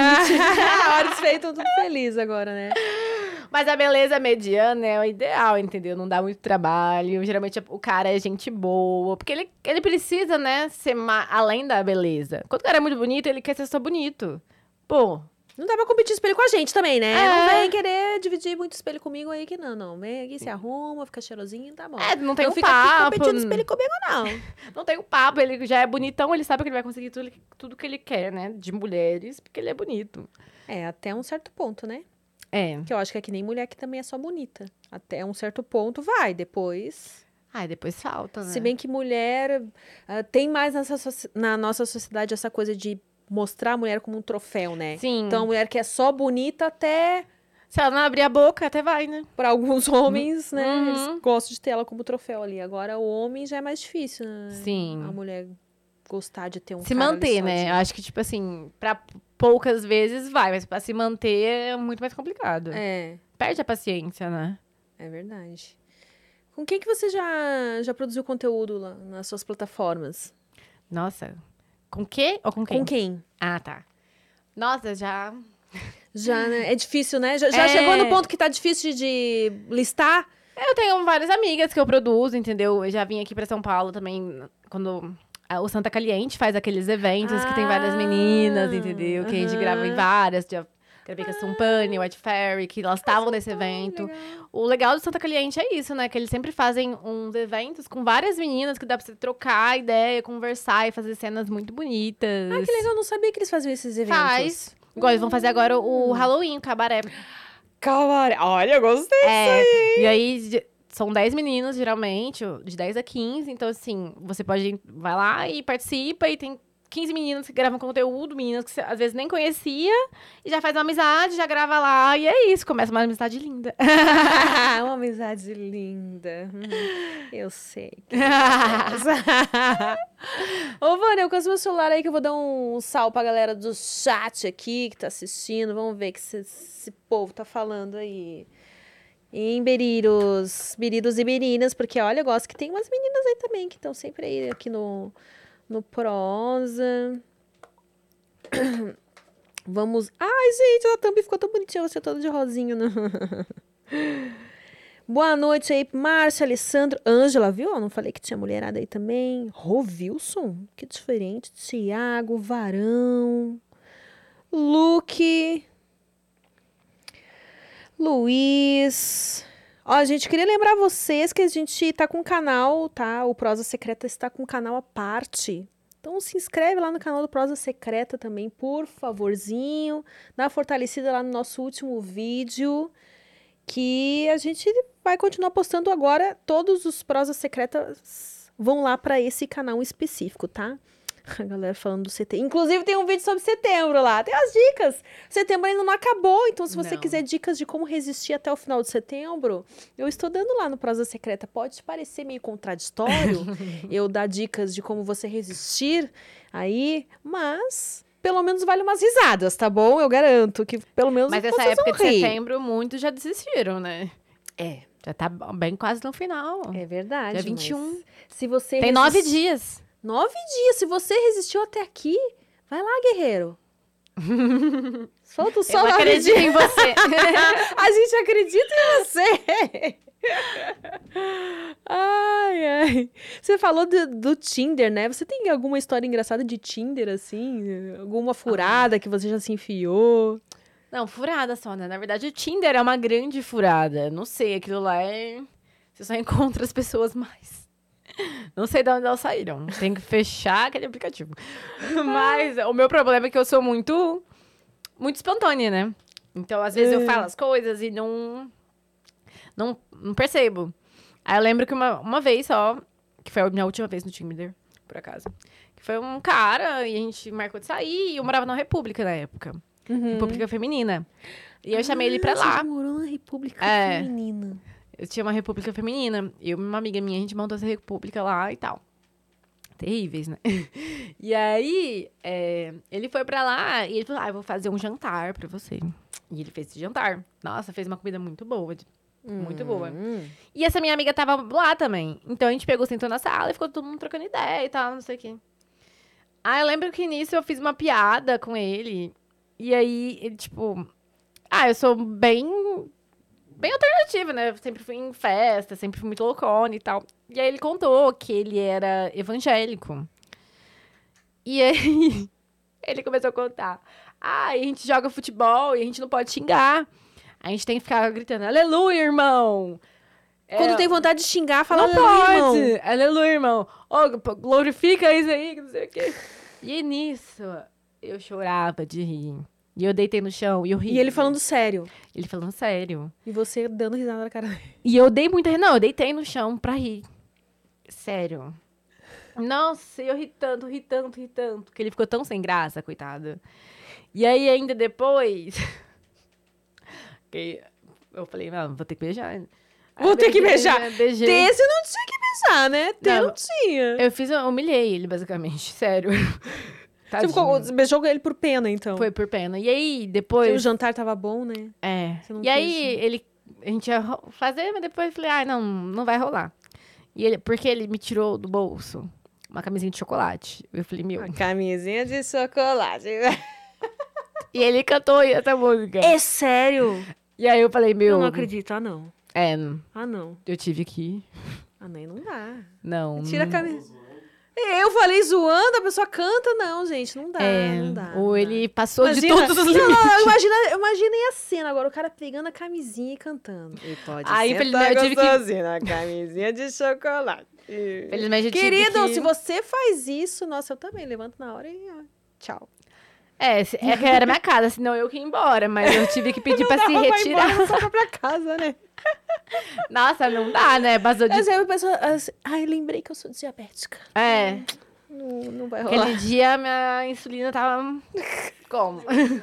Olhos feios, estão tudo felizes agora, né? Mas a beleza mediana é o ideal, entendeu? Não dá muito trabalho. Geralmente o cara é gente boa. Porque ele, ele precisa, né, ser ma- além da beleza. Quando o cara é muito bonito, ele quer ser só bonito. Pô, Não dá pra competir espelho com a gente também, né? É. Não vem querer dividir muito espelho comigo aí que não, não. Vem aqui, se arruma, fica cheirosinho, tá bom. é, não tem não um fica aqui papo. competindo espelho comigo, não. Não tem um papo. Ele já é bonitão, ele sabe que ele vai conseguir tudo, tudo que ele quer, né? De mulheres, porque ele é bonito. É, até um certo ponto, né? É. Que eu acho que é que nem mulher que também é só bonita. Até um certo ponto vai, depois... Ai, depois falta, né? Se bem que mulher... ah, tem mais nessa, soci- na nossa sociedade essa coisa de mostrar a mulher como um troféu, né? Sim. Então, a mulher que é só bonita até... Se ela não abrir a boca, até vai, né? Para alguns homens, né? Uhum. Eles gostam de ter ela como troféu ali. Agora, o homem já é mais difícil, né? Sim. A mulher gostar de ter um Se cara ali manter, só né? de- Eu acho que, tipo assim, pra poucas vezes vai, mas pra se manter é muito mais complicado. É, Perde a paciência, né? é verdade. Com quem que você já, já produziu conteúdo lá nas suas plataformas? Nossa. Com quê? Ou com quem? Com quem? Ah, tá. Nossa, já... Já, né? É difícil, né? Já, já É. chegou no ponto que tá difícil de listar? Eu tenho várias amigas que eu produzo, entendeu? Eu já vim aqui pra São Paulo também, quando ah, o Santa Caliente faz aqueles eventos que tem várias Ah, meninas, entendeu? Que a gente grava em aham. várias. Já gravei com a Sumpani, White Fairy, que elas estavam nesse evento. O legal do Santa Caliente é isso, né? Que eles sempre fazem uns eventos com várias meninas que dá pra você trocar ideia, conversar e fazer cenas muito bonitas. Ah, que legal, eu não sabia que eles faziam esses eventos. Faz. Igual eles vão fazer agora o Halloween, o cabaré. Cabaré. Olha, eu gostei É, e aí de- são dez meninos, geralmente, de dez a quinze. Então, assim, você pode... Vai lá e participa e tem quinze meninas que gravam conteúdo, meninas que você às vezes nem conhecia. E já faz uma amizade, já grava lá. E é isso, começa uma amizade linda. Uma amizade linda. Hum, Eu sei. Ô, Vânia, eu com o meu celular aí que eu vou dar um sal pra galera do chat aqui que tá assistindo. Vamos ver o que esse, esse povo tá falando aí. Em Beriros, Beriros e Berinas, porque olha, eu gosto que tem umas meninas aí também que estão sempre aí aqui no, no Prosa. Vamos. Ai, gente, a thumb ficou tão bonitinha, você toda de rosinho, né? Boa noite aí, Márcia, Alessandro, Ângela, viu? Eu não falei que tinha mulherada aí também. Rovilson, que diferente. Tiago, Varão, Luque, Luiz. Ó, gente, queria lembrar vocês que a gente tá com um canal, tá? O Prosa Secreta está com um canal à parte. Então se inscreve lá no canal do Prosa Secreta também, por favorzinho. Dá uma fortalecida lá no nosso último vídeo. que a gente vai continuar postando agora. Todos os prosas secretas vão lá pra esse canal específico, tá? A galera falando do setembro. Inclusive, tem um vídeo sobre setembro lá. Tem as dicas. Setembro ainda não acabou. Então, se você Não. quiser dicas de como resistir até o final de setembro, eu estou dando lá no Prosa Secreta. Pode parecer meio contraditório eu dar dicas de como você resistir aí, mas pelo menos vale umas risadas, tá bom? Eu garanto que pelo menos Mas vocês essa época vão de rir. setembro, muitos já desistiram, né? É, Já tá bem quase no final. é verdade. Dia vinte e um. mas Se você Tem nove resist- dias. Nove dias. Se você resistiu até aqui, vai lá, guerreiro. Solta o sol Eu nove acredito dias. em você. A gente acredita em você. Ai, ai. Você falou do, do Tinder, né? Você tem alguma história engraçada de Tinder, assim? Alguma furada que você já se enfiou? Não, furada só, né? Na verdade, o Tinder é uma grande furada. Não sei, aquilo lá é... Você só encontra as pessoas mais. Não sei de onde elas saíram. Tem que fechar aquele aplicativo. Mas o meu problema é que eu sou muito... Muito espontânea, né? Então, às vezes, É. eu falo as coisas e não... Não, não percebo. Aí eu lembro que uma, uma vez só... Que foi a minha última vez no Tinder, por acaso. Que foi um cara e a gente marcou de sair. E eu morava na República na época. República Feminina. E eu chamei ele pra Ah, lá. Você morou na República É. Feminina. Eu tinha uma República Feminina. Eu e uma amiga minha, a gente montou essa República lá e tal. Terríveis, né? E aí, é, ele foi pra lá e ele falou, ah, eu vou fazer um jantar pra você. E ele fez esse jantar. Nossa, fez uma comida muito boa. de- Muito boa. Hum. E essa minha amiga tava lá também. Então a gente pegou, sentou na sala e ficou todo mundo trocando ideia e tal, não sei o quê. Ah, eu lembro que nisso eu fiz uma piada com ele. E aí, ele, tipo... Ah, eu sou bem... Bem alternativa, né? Eu sempre fui em festa, sempre fui muito loucona e tal. E aí ele contou que ele era evangélico. E aí, ele começou a contar. Ah, a gente joga futebol e a gente não pode xingar. A gente tem que ficar gritando, aleluia, irmão! Quando É, tem vontade de xingar, fala não "Aleluia, pode! irmão." Aleluia, irmão! Ô, pô, glorifica isso aí, que não sei o quê. E nisso, eu chorava de rir. E eu deitei no chão e eu ri. E ele falando sério. Ele falando sério. E você dando risada na cara dele. E eu dei muita... Não, eu deitei no chão pra rir. Sério. Nossa, eu ri tanto, ri tanto, ri tanto. Que ele ficou tão sem graça, coitado. E aí, ainda depois... que eu falei, não, vou ter que beijar. Aí Vou eu ter que beijei, beijar. né, Beijei. Desse não tinha que beijar, né? Tem Não. não tinha. Eu fiz... Eu humilhei ele, basicamente. Sério. Você, Tadinho. ficou, você beijou ele por pena, então. Foi por pena. E aí, Porque depois... o jantar tava bom, né? É. Você não E aí, quis, ele... A gente ia ro- fazer, mas depois eu falei, ai, não, não vai rolar. E ele... Porque ele me tirou do bolso uma camisinha de chocolate. Eu falei, meu... A camisinha de chocolate. E ele cantou essa música. É sério? E aí eu falei, meu... Eu não acredito. Ah, não. É, Ah, não. eu tive que... Ah, nem não dá. Não. Tira a não- camisa. Eu falei zoando, a pessoa canta. Não, gente, não dá, É, não dá. ou não ele passou dá. de todos os não, limites. não, não, imagina, imaginei a cena agora, o cara pegando a camisinha e cantando. E pode Aí, felizmente, eu tive que- gostosinho na camisinha de chocolate. Felizmente, eu tive Querido, que- se você faz isso, nossa, eu também levanto na hora e ó, tchau. É, se- é que era minha casa, senão eu que ia embora. Mas eu tive que pedir pra se retirar. Na sua própria casa, né? Nossa, não dá, né? Basou de... Mas aí a pessoa, assim, ai, lembrei que eu sou diabética. É. Não, não vai rolar. Aquele dia, minha insulina tava... Como?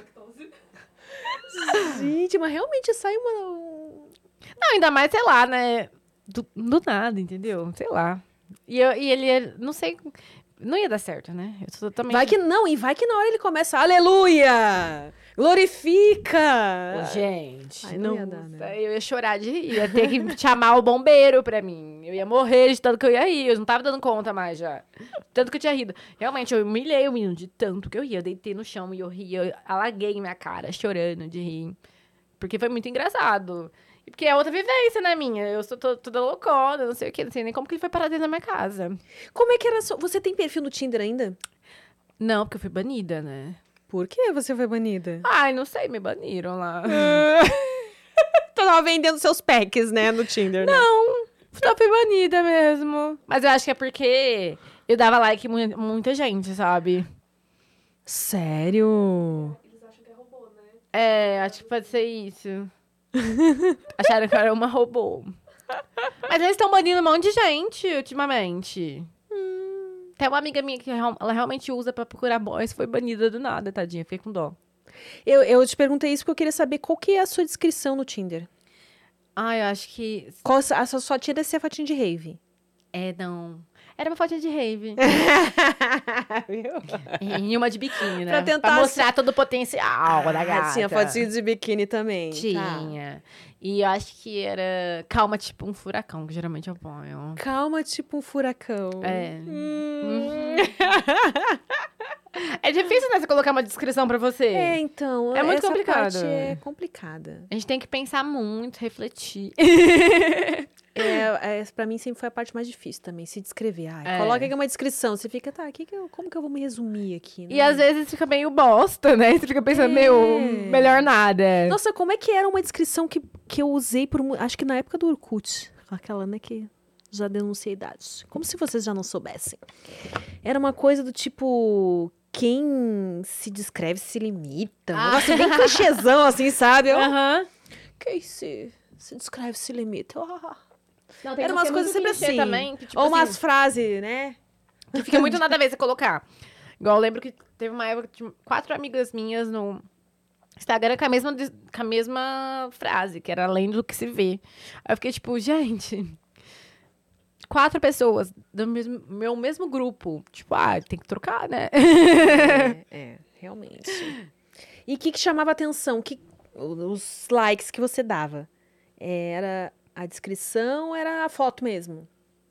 Gente, mas realmente sai uma... Não, ainda mais, sei lá, né? Do, do nada, entendeu? Sei lá. E, eu, e ele, ia- não sei... Não ia dar certo, né? Eu tô totalmente... Vai que não, e vai que na hora ele começa, aleluia! Glorifica! Ô, gente, Ai, não não ia dar, né? Eu ia chorar de rir. Ia ter que chamar o bombeiro pra mim. Eu ia morrer de tanto que eu ia rir. Eu não tava dando conta mais já. Tanto que eu tinha rido. Realmente, eu humilhei o menino de tanto que eu ria. Eu deitei no chão e eu ria. Eu alaguei minha cara, chorando de rir. Porque foi muito engraçado. E porque é outra vivência, né, minha? Eu sou to- toda loucona, não sei o quê. Não sei nem como que ele foi parar dentro da minha casa. Como é que era? Sua... Você tem perfil no Tinder ainda? Não, porque eu fui banida, né? Por que você foi banida? Ai, não sei, me baniram lá. Tu tava vendendo seus packs, né, no Tinder, né? Não, só fui banida mesmo. Mas eu acho que é porque eu dava like em mu- muita gente, sabe? Sério? É, acho que pode ser isso. Acharam que eu era uma robô. Mas eles estão banindo um monte de gente ultimamente. Hum. Tem uma amiga minha que ela realmente usa pra procurar boys, foi banida do nada, tadinha. Fiquei com dó. Eu, eu te perguntei isso porque eu queria saber qual que é a sua descrição no Tinder. Ah, eu acho que... Qual, a sua, sua Tinder é a fotinha de rave. É, não... Era uma fotinha de rave. E uma de biquíni, né? Pra tentar... Pra mostrar todo o potencial ah, da gata. Tinha fotinha de biquíni também. Tinha. Tá. E eu acho que era calma tipo um furacão, que geralmente eu ponho. Calma tipo um furacão. É. Hum. É difícil, né, você colocar uma descrição pra você. É, então. É muito essa complicado. Parte é complicada. A gente tem que pensar muito, refletir. É, é, pra mim sempre foi a parte mais difícil também, se descrever. Ai, é. Coloca aqui uma descrição, você fica, tá, que que eu, como que eu vou me resumir aqui, né? E às vezes fica meio bosta, né? Você fica pensando, é. meu, melhor nada. Nossa, como é que era uma descrição que, que eu usei por, acho que na época do Orkut, aquela, né, que já denunciei idades. Como se vocês já não soubessem. Era uma coisa do tipo... Quem se descreve se limita. Ah. Nossa, bem clichêzão, assim, sabe? Aham. Uh-huh. Quem se, se descreve se limita. Oh. Não, tem Era umas coisas sempre assim. Também, que, tipo, ou umas assim, frases, né? Que fica muito nada a ver você colocar. Igual eu lembro que teve uma época que tinha quatro amigas minhas no Instagram com a mesma, com a mesma frase, que era além do que se vê. Aí eu fiquei tipo, gente... Quatro pessoas do mesmo, meu mesmo grupo. Tipo, ah, tem que trocar, né? É, é realmente. E o que, que chamava atenção? Que, os likes que você dava? Era a descrição ou era a foto mesmo?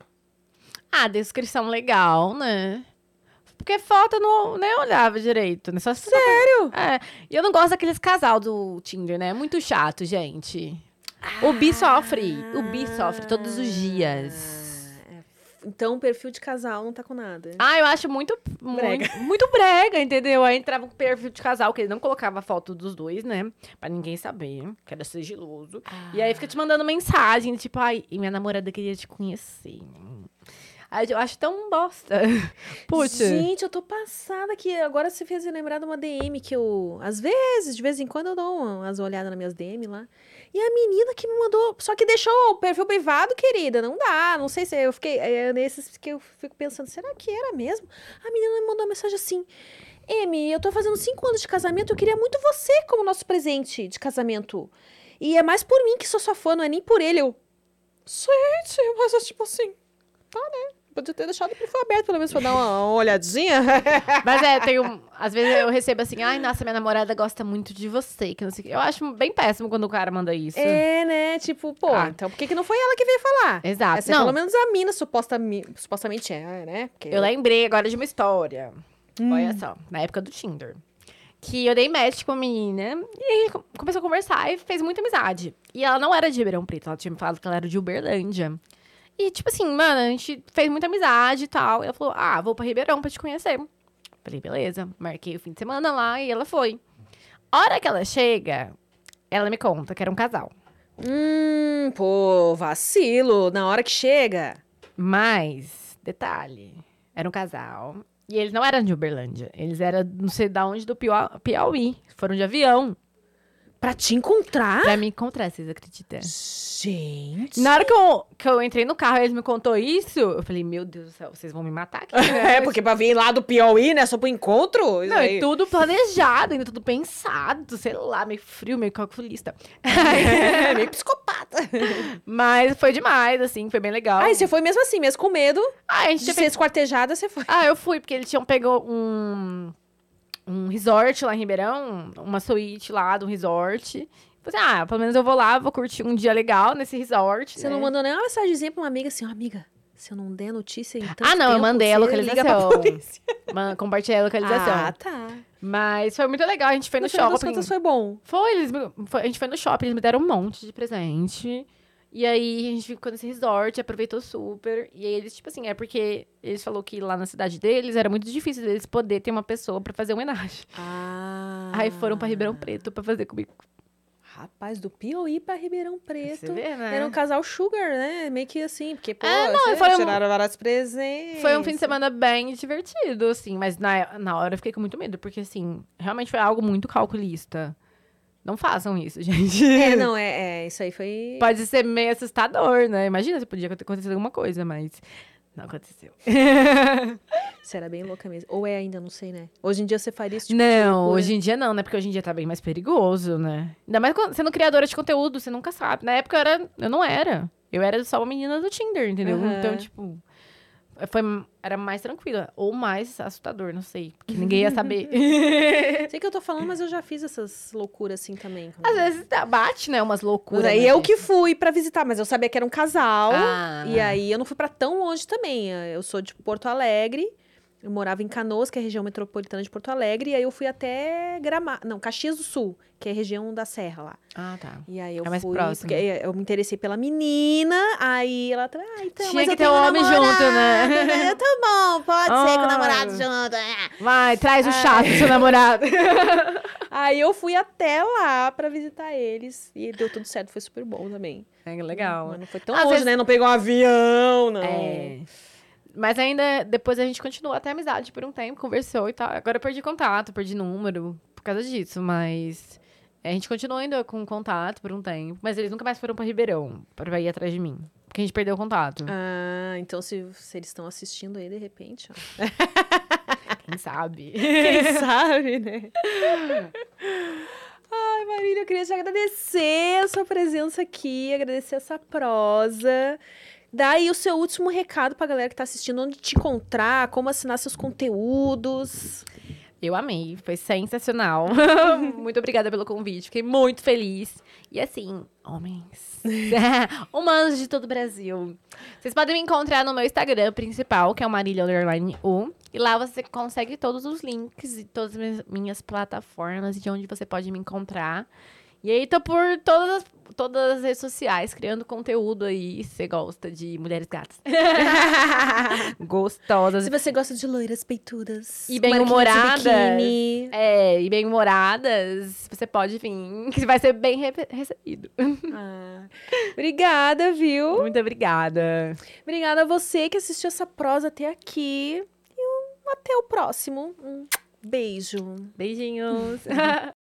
Ah, descrição legal, né? Porque foto eu não nem olhava direito, né? Só se Sério? É. E eu não gosto daqueles casal do Tinder, né? É muito chato, gente. Ah, o Bi sofre. O Bi sofre todos os dias. Então, o perfil de casal não tá com nada. Ah, eu acho muito brega. Muito, muito brega, entendeu? Aí entrava com o perfil de casal, que ele não colocava a foto dos dois, né? Pra ninguém saber, que era sigiloso. Ah. E aí fica te mandando mensagem, tipo, ai, minha namorada queria te conhecer. Aí eu acho tão bosta. Putz. Gente, eu tô passada aqui. Agora você fez eu lembrar de uma D M que eu... Às vezes, de vez em quando, eu dou umas olhadas nas minhas D M lá. E a menina que me mandou... Só que deixou o perfil privado, querida. Não dá. Não sei se... Eu fiquei... É nesses que eu fico pensando, será que era mesmo? A menina me mandou uma mensagem assim... Emi, eu tô fazendo cinco anos de casamento. Eu queria muito você como nosso presente de casamento. E é mais por mim que sou sua fã, não é nem por ele. Eu... Gente, mas é tipo assim... Tá, né? Podia ter deixado o perfil aberto, pelo menos, pra dar uma, uma olhadinha. Mas é, tem um... Às vezes eu recebo assim, ai, nossa, minha namorada gosta muito de você, que não sei o que. Eu acho bem péssimo quando o cara manda isso. É, né? Tipo, pô, ah. então por que, que não foi ela que veio falar? Exato. Essa não. É pelo menos a mina supostamente, supostamente é, né? Porque... Eu lembrei agora de uma história. Hum. Olha só, na época do Tinder. Que eu dei match com a menina e a gente começou a conversar e fez muita amizade. E ela não era de Ribeirão Preto, ela tinha me falado que ela era de Uberlândia. E, tipo assim, mano, a gente fez muita amizade e tal. E ela falou, ah, vou pra Ribeirão pra te conhecer. Falei, beleza. Marquei o fim de semana lá e ela foi. Hora que ela chega, ela me conta que era um casal. Hum, pô, vacilo. Na hora que chega. Mas, detalhe, era um casal. E eles não eram de Uberlândia. Eles eram, não sei de onde, do Piauí. Foram de avião. Pra te encontrar? Pra me encontrar, vocês acreditam? Gente. Na hora que eu, que eu entrei no carro e eles me contou isso, eu falei, meu Deus do céu, vocês vão me matar aqui. Né? É, porque pra vir lá do Piauí, né, só pro encontro. Não, é tudo planejado, ainda tudo pensado, sei lá, meio frio, meio calculista. É, meio psicopata. Mas foi demais, assim, foi bem legal. Ah, e você foi mesmo assim, mesmo com medo ah, a gente de ser esquartejada, você foi? Ah, eu fui, porque eles tinham pegou um... um resort lá em Ribeirão, uma suíte lá do resort. Falei, ah, pelo menos eu vou lá, vou curtir um dia legal nesse resort. Você né? não mandou nem uma mensagenzinha pra uma amiga assim, ó, oh, amiga, se eu não der notícia em tanto Ah, não, tempo, eu mandei a localização. Man, compartilhei a localização. Ah, tá. Mas foi muito legal, a gente foi no, no shopping. Das contas foi bom. Foi, eles me, foi, a gente foi no shopping, eles me deram um monte de presente. E aí, a gente ficou nesse resort, aproveitou super. E aí, eles, tipo assim, é porque eles falaram que lá na cidade deles era muito difícil deles poder ter uma pessoa pra fazer homenagem. Ah. Aí foram pra Ribeirão Preto pra fazer comigo. Rapaz, do Piauí pra Ribeirão Preto. Você vê, né? Era um casal sugar, né? Meio que assim, porque, pô, é, não, foi tiraram um... vários presentes. Foi um fim de semana bem divertido, assim. Mas na, na hora eu fiquei com muito medo, porque, assim, realmente foi algo muito calculista. Não façam isso, gente. É, não, é, é isso aí foi... Pode ser meio assustador, né? Imagina se podia acontecer alguma coisa, mas não aconteceu. Você era bem louca mesmo. Ou é ainda, não sei, né? Hoje em dia você faria esse tipo de Não, loucura? hoje em dia não, né? Porque hoje em dia tá bem mais perigoso, né? Ainda mais quando- sendo criadora de conteúdo, você nunca sabe. Na época eu, era, eu não era. Eu era só uma menina do Tinder, entendeu? Aham. Então, tipo... Foi, era mais tranquila. Ou mais assustador, não sei. Porque ninguém ia saber. Sei que eu tô falando, mas eu já fiz essas loucuras assim também. Às vezes tá- bate, né? Umas Mas loucuras. aí né? eu que fui pra visitar, mas eu sabia que era um casal. Ah. E aí eu não fui pra tão longe também. Eu sou de Porto Alegre. Eu morava em Canoas, que é a região metropolitana de Porto Alegre. E aí eu fui até Gramado. Não, Caxias do Sul, que é a região da Serra lá. Ah, tá. E aí eu É mais fui, próximo. porque eu me interessei pela menina, aí ela também, ah, então, Tinha mas que eu ter tenho um homem namorado, junto, né? Eu, tá bom, pode ser com o Ah. namorado junto. é. Vai, traz o chato do seu namorado. Aí eu fui até lá pra visitar eles, e deu tudo certo, foi super bom também. É legal. Mas não foi tão Às longe, vezes- né? Não pegou um avião, não. É. Mas ainda, depois a gente continuou até amizade por um tempo, conversou e tal. Agora eu perdi contato, perdi número por causa disso, mas... A gente continuou ainda com contato por um tempo, mas eles nunca mais foram pra Ribeirão, pra ir atrás de mim. Porque a gente perdeu o contato. Ah, então se, se eles estão assistindo aí, de repente, ó. Quem sabe? Quem sabe, né? Ai, Marília, eu queria te agradecer a sua presença aqui, agradecer essa prosa. Dá aí o seu último recado pra galera que tá assistindo, onde te encontrar, como assinar seus conteúdos. Eu amei, foi sensacional. Muito obrigada pelo convite, fiquei muito feliz. E assim, homens, humanos de todo o Brasil. Vocês podem me encontrar no meu Instagram principal, que é o Marília Underline U. E lá você consegue todos os links e todas as minhas- minhas plataformas de onde você pode me encontrar. E aí, tô por todas as, todas as redes sociais, criando conteúdo aí, se você gosta de mulheres gatas. Gostosas. Se você gosta de loiras peitudas. E com marquinhas de bem-humoradas. biquíni. É, e bem-humoradas, você pode vir, que vai ser bem re- recebido. Ah, obrigada, viu? Muito obrigada. Obrigada a você que assistiu essa prosa até aqui. E um- até o próximo. Um beijo. Beijinhos.